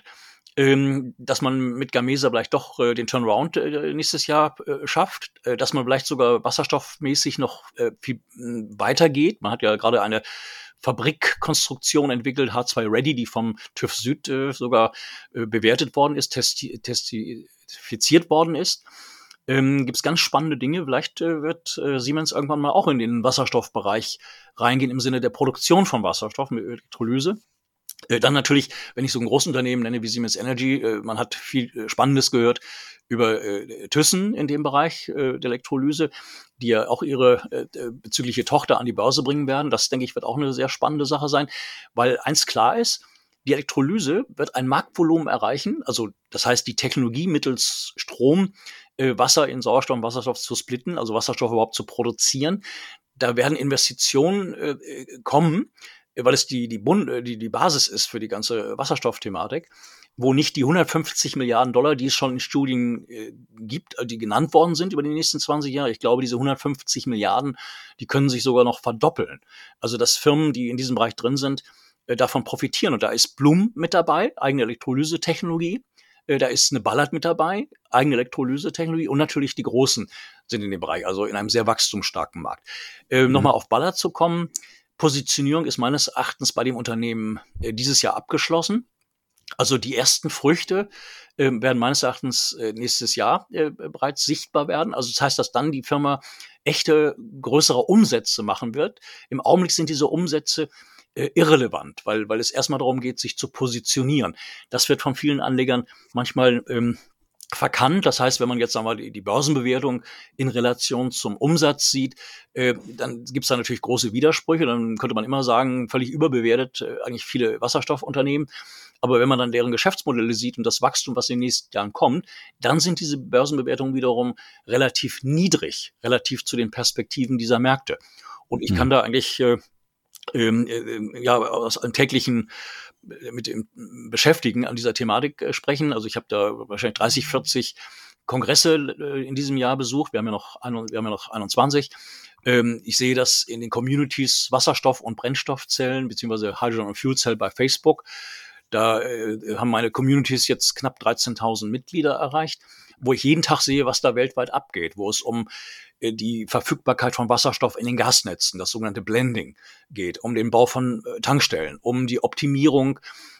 Dass man mit Gamesa vielleicht doch den Turnaround nächstes Jahr schafft, dass man vielleicht sogar wasserstoffmäßig noch viel weitergeht. Man hat ja gerade eine Fabrikkonstruktion entwickelt, H2 Ready, die vom TÜV Süd sogar bewertet worden ist, testifiziert worden ist. Gibt es ganz spannende Dinge. Vielleicht wird Siemens irgendwann mal auch in den Wasserstoffbereich reingehen im Sinne der Produktion von Wasserstoff mit Elektrolyse. Dann natürlich, wenn ich so ein Großunternehmen nenne wie Siemens Energy, man hat viel Spannendes gehört über Thyssen in dem Bereich der Elektrolyse, die ja auch ihre bezügliche Tochter an die Börse bringen werden. Das, denke ich, wird auch eine sehr spannende Sache sein, weil eins klar ist, die Elektrolyse wird ein Marktvolumen erreichen, also das heißt die Technologie mittels Strom, Wasser in Sauerstoff und Wasserstoff zu splitten, also Wasserstoff überhaupt zu produzieren. Da werden Investitionen kommen, weil es die Basis ist für die ganze Wasserstoffthematik, wo nicht die 150 Milliarden Dollar, die es schon in Studien gibt, die genannt worden sind über die nächsten 20 Jahre. Ich glaube, diese 150 Milliarden, die können sich sogar noch verdoppeln. Also dass Firmen, die in diesem Bereich drin sind, davon profitieren. Und da ist Bloom mit dabei, eigene Elektrolyse-Technologie. Da ist eine Ballard mit dabei, eigene Elektrolyse-Technologie und natürlich die Großen sind in dem Bereich, also in einem sehr wachstumsstarken Markt. Nochmal auf Ballard zu kommen. Positionierung ist meines Erachtens bei dem Unternehmen dieses Jahr abgeschlossen. Also die ersten Früchte werden meines Erachtens nächstes Jahr bereits sichtbar werden. Also das heißt, dass dann die Firma echte größere Umsätze machen wird. Im Augenblick sind diese Umsätze irrelevant, weil es erstmal darum geht, sich zu positionieren. Das wird von vielen Anlegern manchmal verkannt. Das heißt, wenn man jetzt sagen wir, die Börsenbewertung in Relation zum Umsatz sieht, dann gibt es da natürlich große Widersprüche. Dann könnte man immer sagen, völlig überbewertet eigentlich viele Wasserstoffunternehmen. Aber wenn man dann deren Geschäftsmodelle sieht und das Wachstum, was in den nächsten Jahren kommt, dann sind diese Börsenbewertungen wiederum relativ niedrig, relativ zu den Perspektiven dieser Märkte. Und ich kann da eigentlich aus einem täglichen mit dem Beschäftigen an dieser Thematik sprechen. Also ich habe da wahrscheinlich 30, 40 Kongresse in diesem Jahr besucht. Wir haben ja noch 21. Ich sehe das in den Communities Wasserstoff- und Brennstoffzellen beziehungsweise Hydrogen und Fuel Cell bei Facebook. Da haben meine Communities jetzt knapp 13.000 Mitglieder erreicht, wo ich jeden Tag sehe, was da weltweit abgeht, wo es um die Verfügbarkeit von Wasserstoff in den Gasnetzen, das sogenannte Blending geht, um den Bau von Tankstellen, um die Optimierung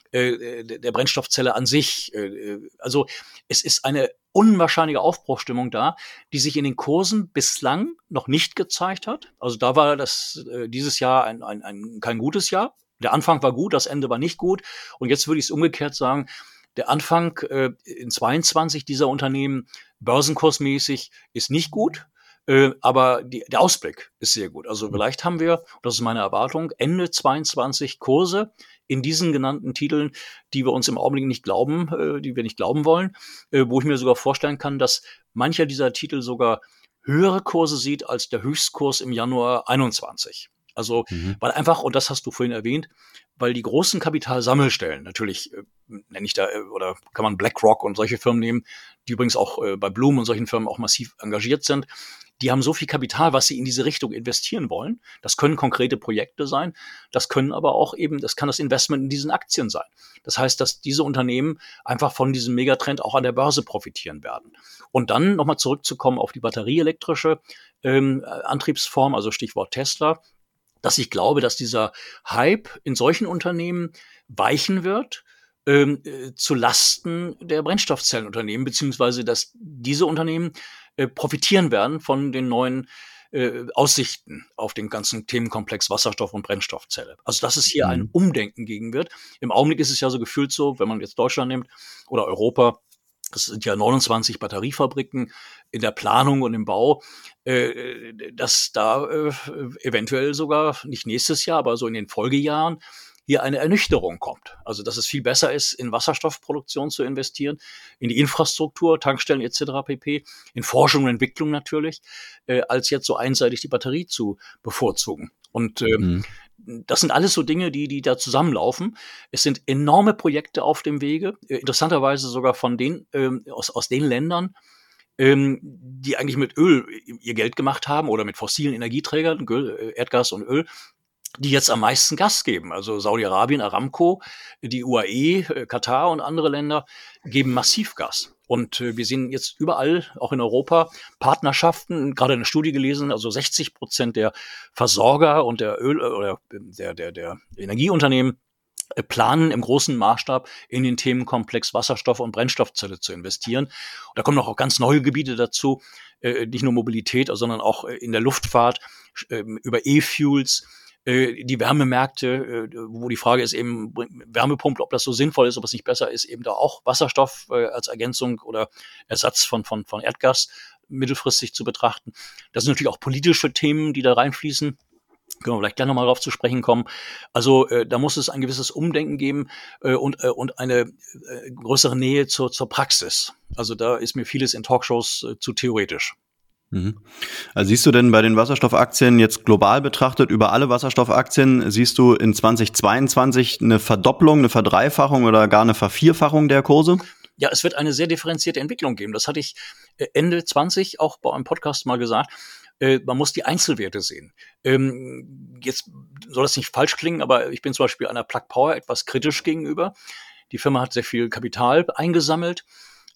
der Brennstoffzelle an sich. Also es ist eine unwahrscheinliche Aufbruchsstimmung da, die sich in den Kursen bislang noch nicht gezeigt hat. Also da war das dieses Jahr kein gutes Jahr. Der Anfang war gut, das Ende war nicht gut. Und jetzt würde ich es umgekehrt sagen, der Anfang in 22 dieser Unternehmen börsenkursmäßig ist nicht gut. Aber der Ausblick ist sehr gut. Also vielleicht haben wir, das ist meine Erwartung, Ende 22 Kurse in diesen genannten Titeln, die wir uns im Augenblick nicht glauben, die wir nicht glauben wollen, wo ich mir sogar vorstellen kann, dass mancher dieser Titel sogar höhere Kurse sieht als der Höchstkurs im Januar 21. Also, weil einfach, und das hast du vorhin erwähnt, weil die großen Kapitalsammelstellen, natürlich nenne ich da, oder kann man BlackRock und solche Firmen nehmen, die übrigens auch bei Bloom und solchen Firmen auch massiv engagiert sind, die haben so viel Kapital, was sie in diese Richtung investieren wollen. Das können konkrete Projekte sein, das können aber auch eben, das kann das Investment in diesen Aktien sein. Das heißt, dass diese Unternehmen einfach von diesem Megatrend auch an der Börse profitieren werden. Und dann nochmal zurückzukommen auf die batterieelektrische Antriebsform, also Stichwort Tesla, dass ich glaube, dass dieser Hype in solchen Unternehmen weichen wird zu Lasten der Brennstoffzellenunternehmen, beziehungsweise dass diese Unternehmen profitieren werden von den neuen Aussichten auf den ganzen Themenkomplex Wasserstoff und Brennstoffzelle. Also dass es hier ein Umdenken gegen wird. Im Augenblick ist es ja so gefühlt so, wenn man jetzt Deutschland nimmt oder Europa, das sind ja 29 Batteriefabriken in der Planung und im Bau, dass da eventuell sogar nicht nächstes Jahr, aber so in den Folgejahren hier eine Ernüchterung kommt. Also dass es viel besser ist, in Wasserstoffproduktion zu investieren, in die Infrastruktur, Tankstellen etc. pp., in Forschung und Entwicklung natürlich, als jetzt so einseitig die Batterie zu bevorzugen. Und das sind alles so Dinge, die da zusammenlaufen. Es sind enorme Projekte auf dem Wege, interessanterweise sogar von den aus den Ländern, die eigentlich mit Öl ihr Geld gemacht haben oder mit fossilen Energieträgern, Erdgas und Öl, die jetzt am meisten Gas geben. Also Saudi-Arabien, Aramco, die UAE, Katar und andere Länder geben massiv Gas. Und wir sehen jetzt überall, auch in Europa, Partnerschaften, gerade eine Studie gelesen, also 60% der Versorger und der Öl- oder der Energieunternehmen planen im großen Maßstab in den Themenkomplex Wasserstoff und Brennstoffzelle zu investieren. Und da kommen noch auch ganz neue Gebiete dazu, nicht nur Mobilität, sondern auch in der Luftfahrt, über E-Fuels, die Wärmemärkte, wo die Frage ist eben, Wärmepumpe, ob das so sinnvoll ist, ob es nicht besser ist, eben da auch Wasserstoff als Ergänzung oder Ersatz von Erdgas mittelfristig zu betrachten. Das sind natürlich auch politische Themen, die da reinfließen. Können wir vielleicht gleich nochmal darauf zu sprechen kommen. Also da muss es ein gewisses Umdenken geben und eine größere Nähe zur Praxis. Also da ist mir vieles in Talkshows zu theoretisch. Also siehst du denn bei den Wasserstoffaktien jetzt global betrachtet, über alle Wasserstoffaktien, siehst du in 2022 eine Verdopplung, eine Verdreifachung oder gar eine Vervierfachung der Kurse? Ja, es wird eine sehr differenzierte Entwicklung geben. Das hatte ich Ende 20 auch bei einem Podcast mal gesagt. Man muss die Einzelwerte sehen. Jetzt soll das nicht falsch klingen, aber ich bin zum Beispiel einer Plug Power etwas kritisch gegenüber. Die Firma hat sehr viel Kapital eingesammelt.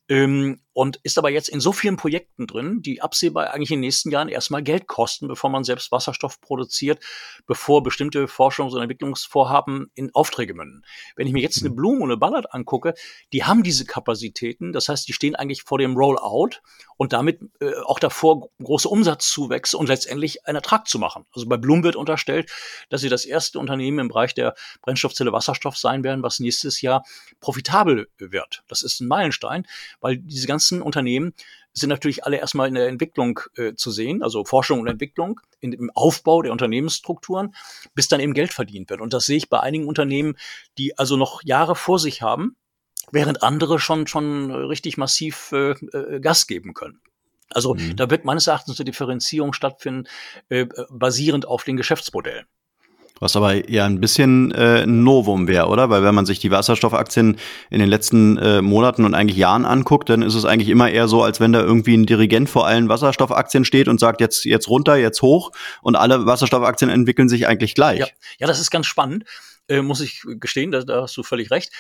Und ist aber jetzt in so vielen Projekten drin, die absehbar eigentlich in den nächsten Jahren erstmal Geld kosten, bevor man selbst Wasserstoff produziert, bevor bestimmte Forschungs- und Entwicklungsvorhaben in Aufträge münden. Wenn ich mir jetzt eine Bloom und eine Ballard angucke, die haben diese Kapazitäten, das heißt, die stehen eigentlich vor dem Rollout und damit auch davor, große Umsatzzuwächse und letztendlich einen Ertrag zu machen. Also bei Bloom wird unterstellt, dass sie das erste Unternehmen im Bereich der Brennstoffzelle Wasserstoff sein werden, was nächstes Jahr profitabel wird. Das ist ein Meilenstein, weil diese ganzen Unternehmen sind natürlich alle erstmal in der Entwicklung zu sehen, also Forschung und Entwicklung, im Aufbau der Unternehmensstrukturen, bis dann eben Geld verdient wird. Und das sehe ich bei einigen Unternehmen, die also noch Jahre vor sich haben, während andere schon richtig massiv Gas geben können. Also da wird meines Erachtens eine Differenzierung stattfinden, basierend auf den Geschäftsmodellen. Was aber ja ein bisschen ein Novum wäre, oder? Weil wenn man sich die Wasserstoffaktien in den letzten Monaten und eigentlich Jahren anguckt, dann ist es eigentlich immer eher so, als wenn da irgendwie ein Dirigent vor allen Wasserstoffaktien steht und sagt, jetzt runter, jetzt hoch, und alle Wasserstoffaktien entwickeln sich eigentlich gleich. Ja, das ist ganz spannend, muss ich gestehen, da hast du völlig recht.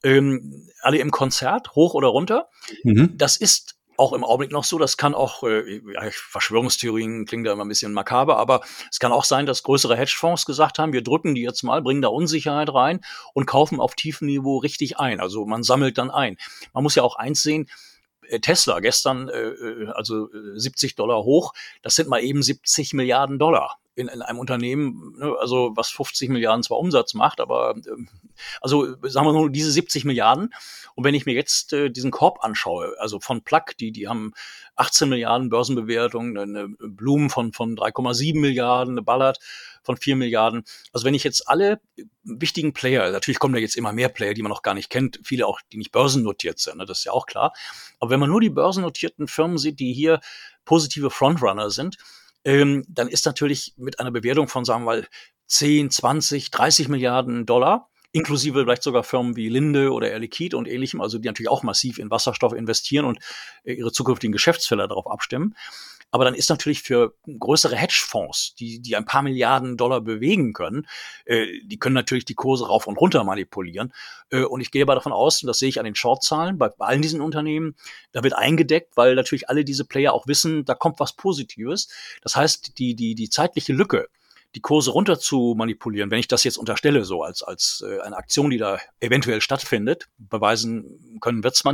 Alle im Konzert, hoch oder runter. Das ist auch im Augenblick noch so, das kann auch, Verschwörungstheorien klingen da immer ein bisschen makaber, aber es kann auch sein, dass größere Hedgefonds gesagt haben, wir drücken die jetzt mal, bringen da Unsicherheit rein und kaufen auf tiefem Niveau richtig ein. Also man sammelt dann ein. Man muss ja auch eins sehen, Tesla gestern, also $70 hoch, das sind mal eben 70 Milliarden Dollar in einem Unternehmen, ne, also was 50 Milliarden zwar Umsatz macht, aber also sagen wir nur diese 70 Milliarden. Und wenn ich mir jetzt diesen Korb anschaue, also von Plug, die haben 18 Milliarden Börsenbewertung, eine Bloom von 3,7 Milliarden, eine Ballard von 4 Milliarden. Also wenn ich jetzt alle wichtigen Player, natürlich kommen da jetzt immer mehr Player, die man noch gar nicht kennt, viele auch, die nicht börsennotiert sind, ne, das ist ja auch klar. Aber wenn man nur die börsennotierten Firmen sieht, die hier positive Frontrunner sind, dann ist natürlich mit einer Bewertung von, sagen wir mal, 10, 20, 30 Milliarden Dollar, inklusive vielleicht sogar Firmen wie Linde oder Air Liquide und ähnlichem, also die natürlich auch massiv in Wasserstoff investieren und ihre zukünftigen Geschäftsfelder darauf abstimmen. Aber dann ist natürlich für größere Hedgefonds, die ein paar Milliarden Dollar bewegen können, die können natürlich die Kurse rauf und runter manipulieren. Und ich gehe aber davon aus, und das sehe ich an den Shortzahlen bei allen diesen Unternehmen, da wird eingedeckt, weil natürlich alle diese Player auch wissen, da kommt was Positives. Das heißt, die zeitliche Lücke, die Kurse runter zu manipulieren, wenn ich das jetzt unterstelle, so als eine Aktion, die da eventuell stattfindet, beweisen können wird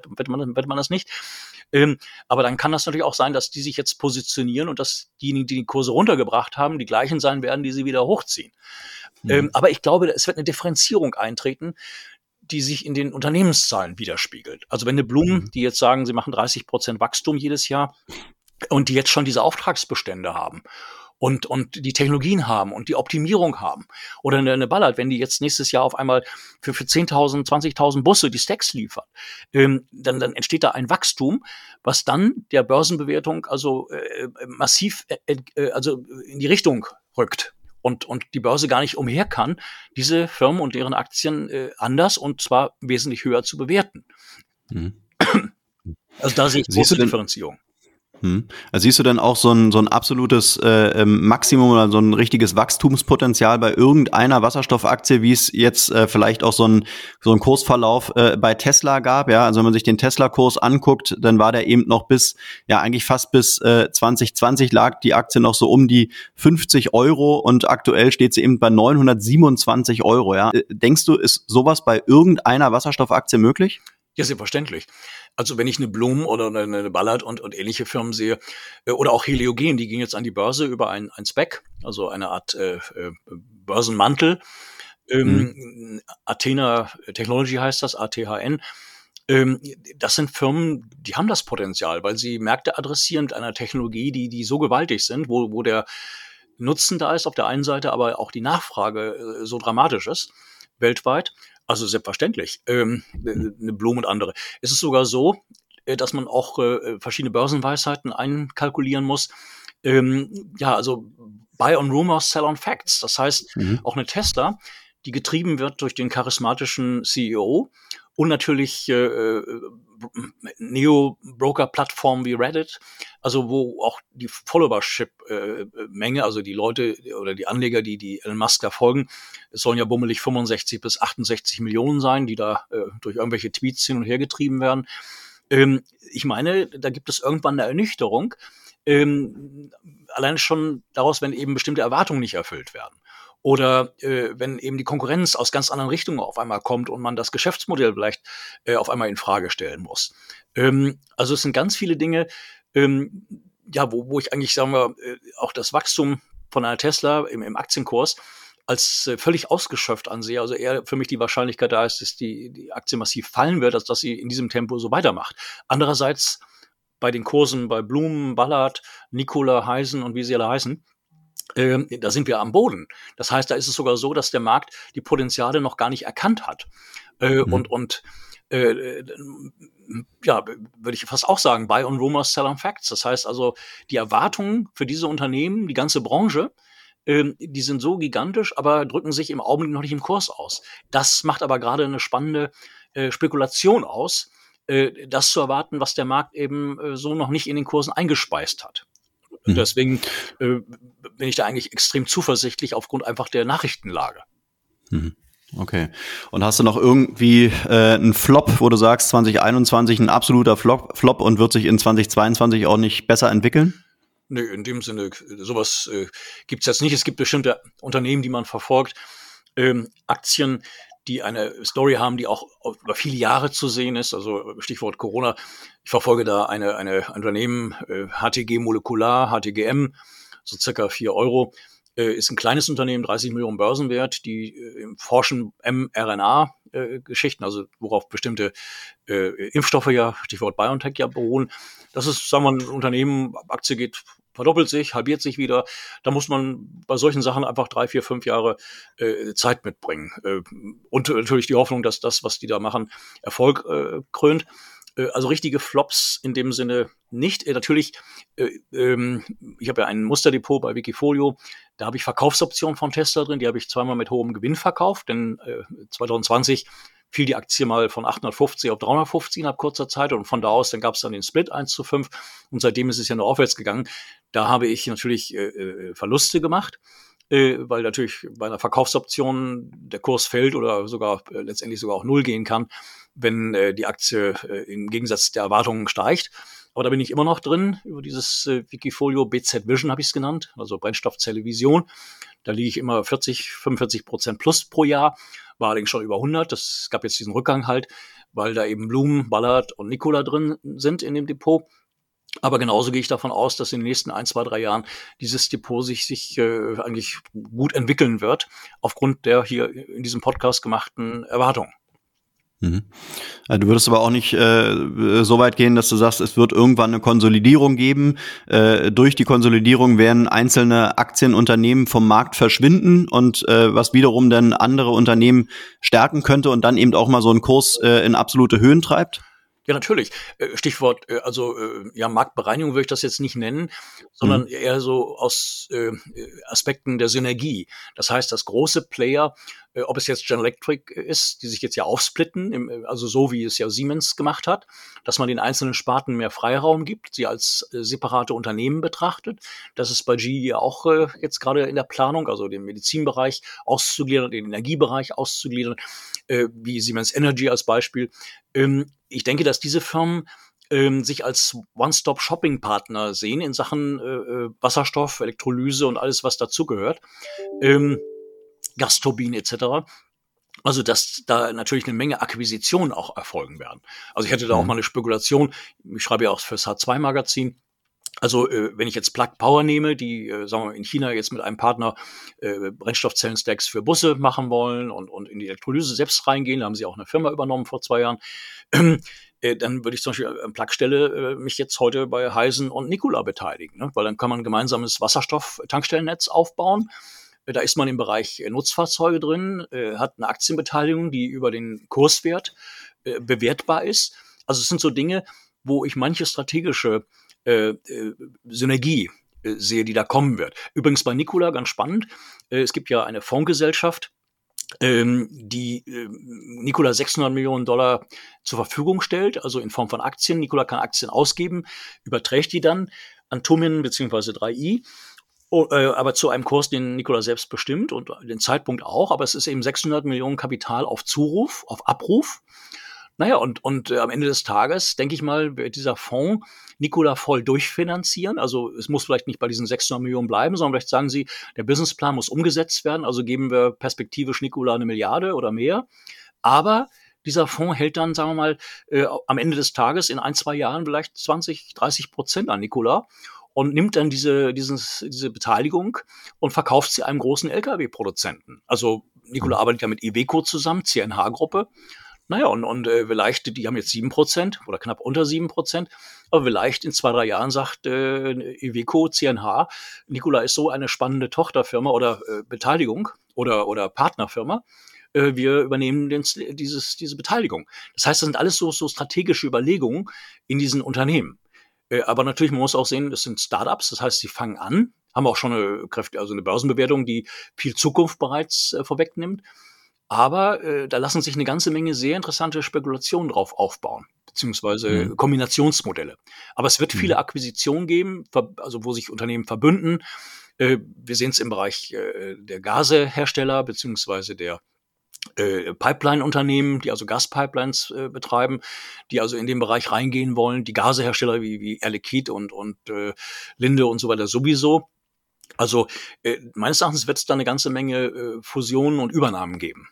man das nicht. Aber dann kann das natürlich auch sein, dass die sich jetzt positionieren und dass diejenigen, die Kurse runtergebracht haben, die gleichen sein werden, die sie wieder hochziehen. Aber ich glaube, es wird eine Differenzierung eintreten, die sich in den Unternehmenszahlen widerspiegelt. Also wenn eine Bloom, die jetzt sagen, sie machen 30% Wachstum jedes Jahr und die jetzt schon diese Auftragsbestände haben und die Technologien haben und die Optimierung haben. Oder eine Ballard, wenn die jetzt nächstes Jahr auf einmal für 10.000, 20.000 Busse die Stacks liefert, dann entsteht da ein Wachstum, was dann der Börsenbewertung also massiv also in die Richtung rückt. Und die Börse gar nicht umher kann, diese Firmen und deren Aktien anders und zwar wesentlich höher zu bewerten. Also da sehe ich große Differenzierung. Also siehst du denn auch so ein absolutes Maximum oder so ein richtiges Wachstumspotenzial bei irgendeiner Wasserstoffaktie, wie es jetzt vielleicht auch so ein Kursverlauf bei Tesla gab? Ja, also wenn man sich den Tesla-Kurs anguckt, dann war der eben noch eigentlich fast bis 2020 lag die Aktie noch so um die 50 Euro und aktuell steht sie eben bei 927 Euro. Ja, denkst du, ist sowas bei irgendeiner Wasserstoffaktie möglich? Ja, selbstverständlich. Also wenn ich eine Bloom oder eine Ballard und ähnliche Firmen sehe, oder auch Heliogen, die ging jetzt an die Börse über ein SPAC, also eine Art Börsenmantel. Athena Technology heißt das, ATHN. Das sind Firmen, die haben das Potenzial, weil sie Märkte adressieren mit einer Technologie, die so gewaltig sind, wo der Nutzen da ist auf der einen Seite, aber auch die Nachfrage so dramatisch ist weltweit. Also selbstverständlich, eine Bloom und andere. Es ist sogar so, dass man auch verschiedene Börsenweisheiten einkalkulieren muss. Also buy on rumors, sell on facts. Das heißt, auch eine Tesla, die getrieben wird durch den charismatischen CEO und natürlich Neo Broker-Plattformen wie Reddit, also wo auch die Followership-Menge, also die Leute oder die Anleger, die Elon Musk da folgen, es sollen ja bummelig 65 bis 68 Millionen sein, die da durch irgendwelche Tweets hin und her getrieben werden. Ich meine, da gibt es irgendwann eine Ernüchterung, allein schon daraus, wenn eben bestimmte Erwartungen nicht erfüllt werden. Oder wenn eben die Konkurrenz aus ganz anderen Richtungen auf einmal kommt und man das Geschäftsmodell vielleicht auf einmal in Frage stellen muss. Also es sind ganz viele Dinge, wo ich eigentlich, sagen wir, auch das Wachstum von einer Tesla im Aktienkurs als völlig ausgeschöpft ansehe. Also eher für mich die Wahrscheinlichkeit da ist, dass die Aktie massiv fallen wird, als dass sie in diesem Tempo so weitermacht. Andererseits bei den Kursen bei Bloom, Ballard, Nikola, Hyzon und wie sie alle heißen, da sind wir am Boden. Das heißt, da ist es sogar so, dass der Markt die Potenziale noch gar nicht erkannt hat. Würde ich fast auch sagen, buy on rumors, sell on facts. Das heißt also, die Erwartungen für diese Unternehmen, die ganze Branche, die sind so gigantisch, aber drücken sich im Augenblick noch nicht im Kurs aus. Das macht aber gerade eine spannende Spekulation aus, das zu erwarten, was der Markt eben so noch nicht in den Kursen eingespeist hat. Deswegen bin ich da eigentlich extrem zuversichtlich aufgrund einfach der Nachrichtenlage. Okay. Und hast du noch irgendwie einen Flop, wo du sagst, 2021 ein absoluter Flop und wird sich in 2022 auch nicht besser entwickeln? Nö, in dem Sinne, sowas gibt's jetzt nicht. Es gibt bestimmte Unternehmen, die man verfolgt, Aktien, die eine Story haben, die auch über viele Jahre zu sehen ist. Also Stichwort Corona. Ich verfolge da ein Unternehmen, HTG Molekular, HTGM, so circa 4 Euro. Ist ein kleines Unternehmen, 30 Millionen Börsenwert, die forschen mRNA-Geschichten, also worauf bestimmte Impfstoffe ja, Stichwort BioNTech ja beruhen. Das ist, sagen wir mal, ein Unternehmen, Aktie verdoppelt sich, halbiert sich wieder. Da muss man bei solchen Sachen einfach 3, 4, 5 Jahre Zeit mitbringen. Und natürlich die Hoffnung, dass das, was die da machen, Erfolg krönt. Also richtige Flops in dem Sinne nicht. Natürlich, ich habe ja ein Musterdepot bei Wikifolio, da habe ich Verkaufsoptionen von Tesla drin, die habe ich zweimal mit hohem Gewinn verkauft, denn 2020 fiel die Aktie mal von 850 auf 350 innerhalb kurzer Zeit und von da aus, dann gab es dann den Split 1:5 und seitdem ist es ja nur aufwärts gegangen. Da habe ich natürlich Verluste gemacht, weil natürlich bei einer Verkaufsoption der Kurs fällt oder sogar letztendlich sogar auch null gehen kann, wenn die Aktie im Gegensatz der Erwartungen steigt. Aber da bin ich immer noch drin, über dieses Wikifolio BZ Vision habe ich es genannt, also Brennstoffzelle Vision. Da liege ich immer 40-45% plus pro Jahr, war allerdings schon über 100. Es gab jetzt diesen Rückgang halt, weil da eben Bloom, Ballard und Nikola drin sind in dem Depot. Aber genauso gehe ich davon aus, dass in den nächsten 1, 2, 3 Jahren dieses Depot sich eigentlich gut entwickeln wird, aufgrund der hier in diesem Podcast gemachten Erwartungen. Du würdest aber auch nicht so weit gehen, dass du sagst, es wird irgendwann eine Konsolidierung geben. Durch die Konsolidierung werden einzelne Aktienunternehmen vom Markt verschwinden und was wiederum dann andere Unternehmen stärken könnte und dann eben auch mal so einen Kurs in absolute Höhen treibt? Ja, natürlich. Stichwort, Marktbereinigung würde ich das jetzt nicht nennen, sondern eher so aus Aspekten der Synergie. Das heißt, dass große Player, ob es jetzt General Electric ist, die sich jetzt ja aufsplitten, also so wie es ja Siemens gemacht hat, dass man den einzelnen Sparten mehr Freiraum gibt, sie als separate Unternehmen betrachtet. Das ist bei GE ja auch jetzt gerade in der Planung, also den Medizinbereich auszugliedern, den Energiebereich auszugliedern, wie Siemens Energy als Beispiel. Ich denke, dass diese Firmen sich als One-Stop-Shopping-Partner sehen in Sachen Wasserstoff, Elektrolyse und alles, was dazugehört, Gasturbinen etc. Also, dass da natürlich eine Menge Akquisitionen auch erfolgen werden. Also ich hätte da auch mal eine Spekulation. Ich schreibe ja auch fürs H2-Magazin. Also, wenn ich jetzt Plug Power nehme, die, sagen wir mal, in China jetzt mit einem Partner Brennstoffzellen-Stacks für Busse machen wollen und in die Elektrolyse selbst reingehen, da haben sie auch eine Firma übernommen vor 2 Jahren, dann würde ich zum Beispiel an Plug-Stelle mich jetzt heute bei Hyzon und Nikola beteiligen, ne? Weil dann kann man ein gemeinsames Wasserstoff-Tankstellennetz aufbauen. Da ist man im Bereich Nutzfahrzeuge drin, hat eine Aktienbeteiligung, die über den Kurswert bewertbar ist. Also es sind so Dinge, wo ich manche strategische Synergie sehe, die da kommen wird. Übrigens bei Nikola ganz spannend. Es gibt ja eine Fondsgesellschaft, die Nikola 600 Millionen Dollar zur Verfügung stellt, also in Form von Aktien. Nikola kann Aktien ausgeben, überträgt die dann an Tummin bzw. 3i, aber zu einem Kurs, den Nikola selbst bestimmt und den Zeitpunkt auch. Aber es ist eben 600 Millionen Kapital auf Zuruf, auf Abruf. Naja, und am Ende des Tages, denke ich mal, wird dieser Fonds Nikola voll durchfinanzieren. Also es muss vielleicht nicht bei diesen 600 Millionen bleiben, sondern vielleicht sagen sie, der Businessplan muss umgesetzt werden. Also geben wir perspektivisch Nikola 1 Milliarde oder mehr. Aber dieser Fonds hält dann, sagen wir mal, am Ende des Tages in 1-2 Jahren vielleicht 20-30% an Nikola und nimmt dann diese Beteiligung und verkauft sie einem großen Lkw-Produzenten. Also Nikola arbeitet ja mit Iveco zusammen, CNH-Gruppe. Naja, und vielleicht, die haben jetzt 7% oder knapp unter 7%, aber vielleicht in 2-3 Jahren sagt Iveco, CNH, Nikola ist so eine spannende Tochterfirma oder Beteiligung oder Partnerfirma, wir übernehmen diese Beteiligung. Das heißt, das sind alles so strategische Überlegungen in diesen Unternehmen. Aber natürlich, man muss auch sehen, das sind Startups, das heißt, sie fangen an, haben auch schon eine Börsenbewertung, die viel Zukunft bereits vorwegnimmt. Aber da lassen sich eine ganze Menge sehr interessante Spekulationen drauf aufbauen, beziehungsweise Kombinationsmodelle. Aber es wird viele Akquisitionen geben, also wo sich Unternehmen verbünden. Wir sehen es im Bereich der Gasehersteller, beziehungsweise der Pipeline-Unternehmen, die also Gaspipelines betreiben, die also in den Bereich reingehen wollen. Die Gasehersteller wie Air Liquide und Linde und so weiter sowieso. Also meines Erachtens wird es da eine ganze Menge Fusionen und Übernahmen geben.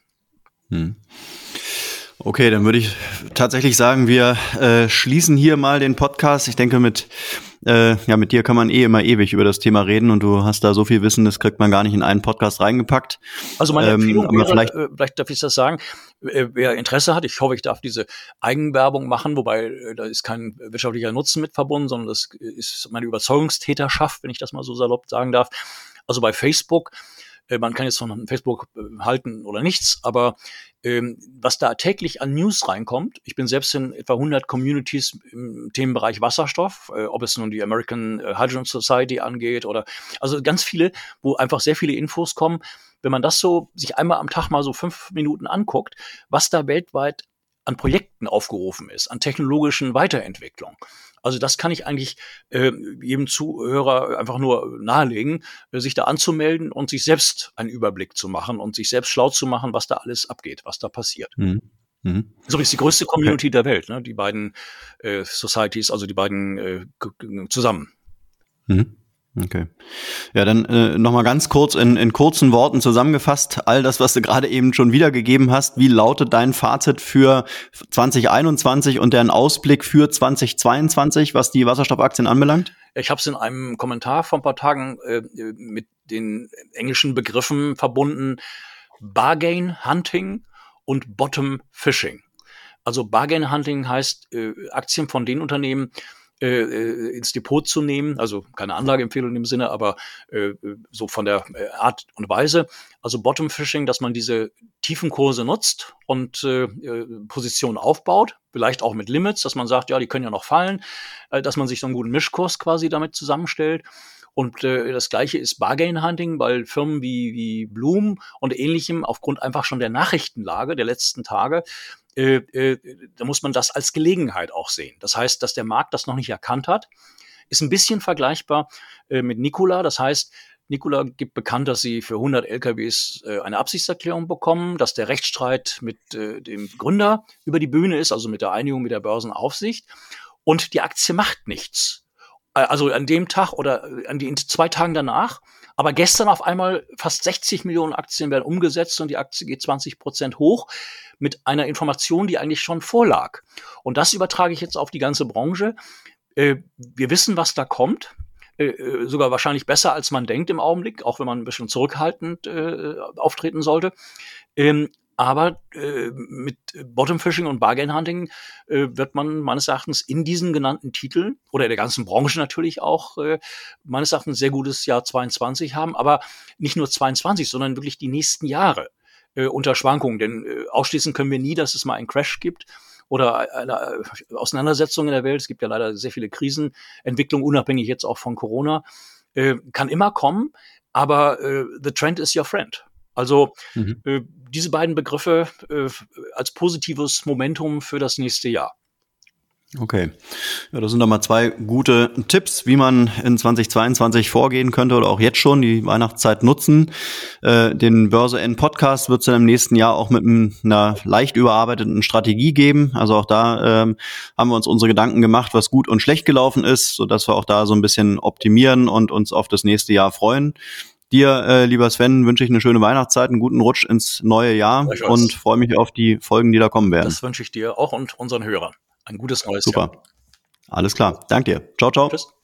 Okay, dann würde ich tatsächlich sagen, wir schließen hier mal den Podcast. Ich denke, mit dir kann man immer ewig über das Thema reden und du hast da so viel Wissen, das kriegt man gar nicht in einen Podcast reingepackt. Also meine Empfehlung wäre, vielleicht darf ich das sagen, wer Interesse hat, ich hoffe, ich darf diese Eigenwerbung machen, wobei da ist kein wirtschaftlicher Nutzen mit verbunden, sondern das ist meine Überzeugungstäterschaft, wenn ich das mal so salopp sagen darf. Also bei Facebook, man kann jetzt von Facebook halten oder nichts, aber was da täglich an News reinkommt, ich bin selbst in etwa 100 Communities im Themenbereich Wasserstoff, ob es nun die American Hydrogen Society angeht oder also ganz viele, wo einfach sehr viele Infos kommen. Wenn man das so sich einmal am Tag mal so 5 Minuten anguckt, was da weltweit an Projekten aufgerufen ist, an technologischen Weiterentwicklung. Also das kann ich eigentlich jedem Zuhörer einfach nur nahelegen, sich da anzumelden und sich selbst einen Überblick zu machen und sich selbst schlau zu machen, was da alles abgeht, was da passiert. So ist die größte Community der Welt, ne? Die beiden Societies, also die beiden zusammen. Okay. Ja, dann nochmal ganz kurz in kurzen Worten zusammengefasst, all das, was du gerade eben schon wiedergegeben hast, wie lautet dein Fazit für 2021 und deren Ausblick für 2022, was die Wasserstoffaktien anbelangt? Ich habe es in einem Kommentar vor ein paar Tagen mit den englischen Begriffen verbunden, Bargain Hunting und Bottom Fishing. Also Bargain Hunting heißt Aktien von den Unternehmen ins Depot zu nehmen, also keine Anlageempfehlung in dem Sinne, aber so von der Art und Weise. Also Bottom Fishing, dass man diese tiefen Kurse nutzt und Positionen aufbaut, vielleicht auch mit Limits, dass man sagt, ja, die können ja noch fallen, dass man sich so einen guten Mischkurs quasi damit zusammenstellt. Und das Gleiche ist Bargain Hunting, weil Firmen wie Bloom und Ähnlichem aufgrund einfach schon der Nachrichtenlage der letzten Tage da muss man das als Gelegenheit auch sehen. Das heißt, dass der Markt das noch nicht erkannt hat, ist ein bisschen vergleichbar mit Nikola. Das heißt, Nikola gibt bekannt, dass sie für 100 LKWs eine Absichtserklärung bekommen, dass der Rechtsstreit mit dem Gründer über die Bühne ist, also mit der Einigung mit der Börsenaufsicht. Und die Aktie macht nichts. Also an dem Tag oder an den 2 Tagen danach. Aber gestern auf einmal fast 60 Millionen Aktien werden umgesetzt und die Aktie geht 20% hoch mit einer Information, die eigentlich schon vorlag. Und das übertrage ich jetzt auf die ganze Branche. Wir wissen, was da kommt. Sogar wahrscheinlich besser, als man denkt im Augenblick, auch wenn man ein bisschen zurückhaltend auftreten sollte. Aber mit Bottom-Fishing und Bargain-Hunting wird man meines Erachtens in diesen genannten Titeln oder in der ganzen Branche natürlich auch meines Erachtens ein sehr gutes Jahr 22 haben, aber nicht nur 22, sondern wirklich die nächsten Jahre unter Schwankungen. Denn ausschließen können wir nie, dass es mal einen Crash gibt oder eine Auseinandersetzung in der Welt. Es gibt ja leider sehr viele Krisenentwicklungen, unabhängig jetzt auch von Corona. Kann immer kommen, aber the trend is your friend. Also diese beiden Begriffe als positives Momentum für das nächste Jahr. Okay. Ja, das sind doch mal 2 gute Tipps, wie man in 2022 vorgehen könnte oder auch jetzt schon die Weihnachtszeit nutzen. Den Börse N Podcast wird es dann im nächsten Jahr auch mit einer leicht überarbeiteten Strategie geben. Also auch da haben wir uns unsere Gedanken gemacht, was gut und schlecht gelaufen ist, sodass wir auch da so ein bisschen optimieren und uns auf das nächste Jahr freuen. Dir, lieber Sven, wünsche ich eine schöne Weihnachtszeit, einen guten Rutsch ins neue Jahr und freue mich auf die Folgen, die da kommen werden. Das wünsche ich dir auch und unseren Hörern. Ein gutes neues Jahr. Super. Alles klar. Danke dir. Ciao, ciao. Tschüss.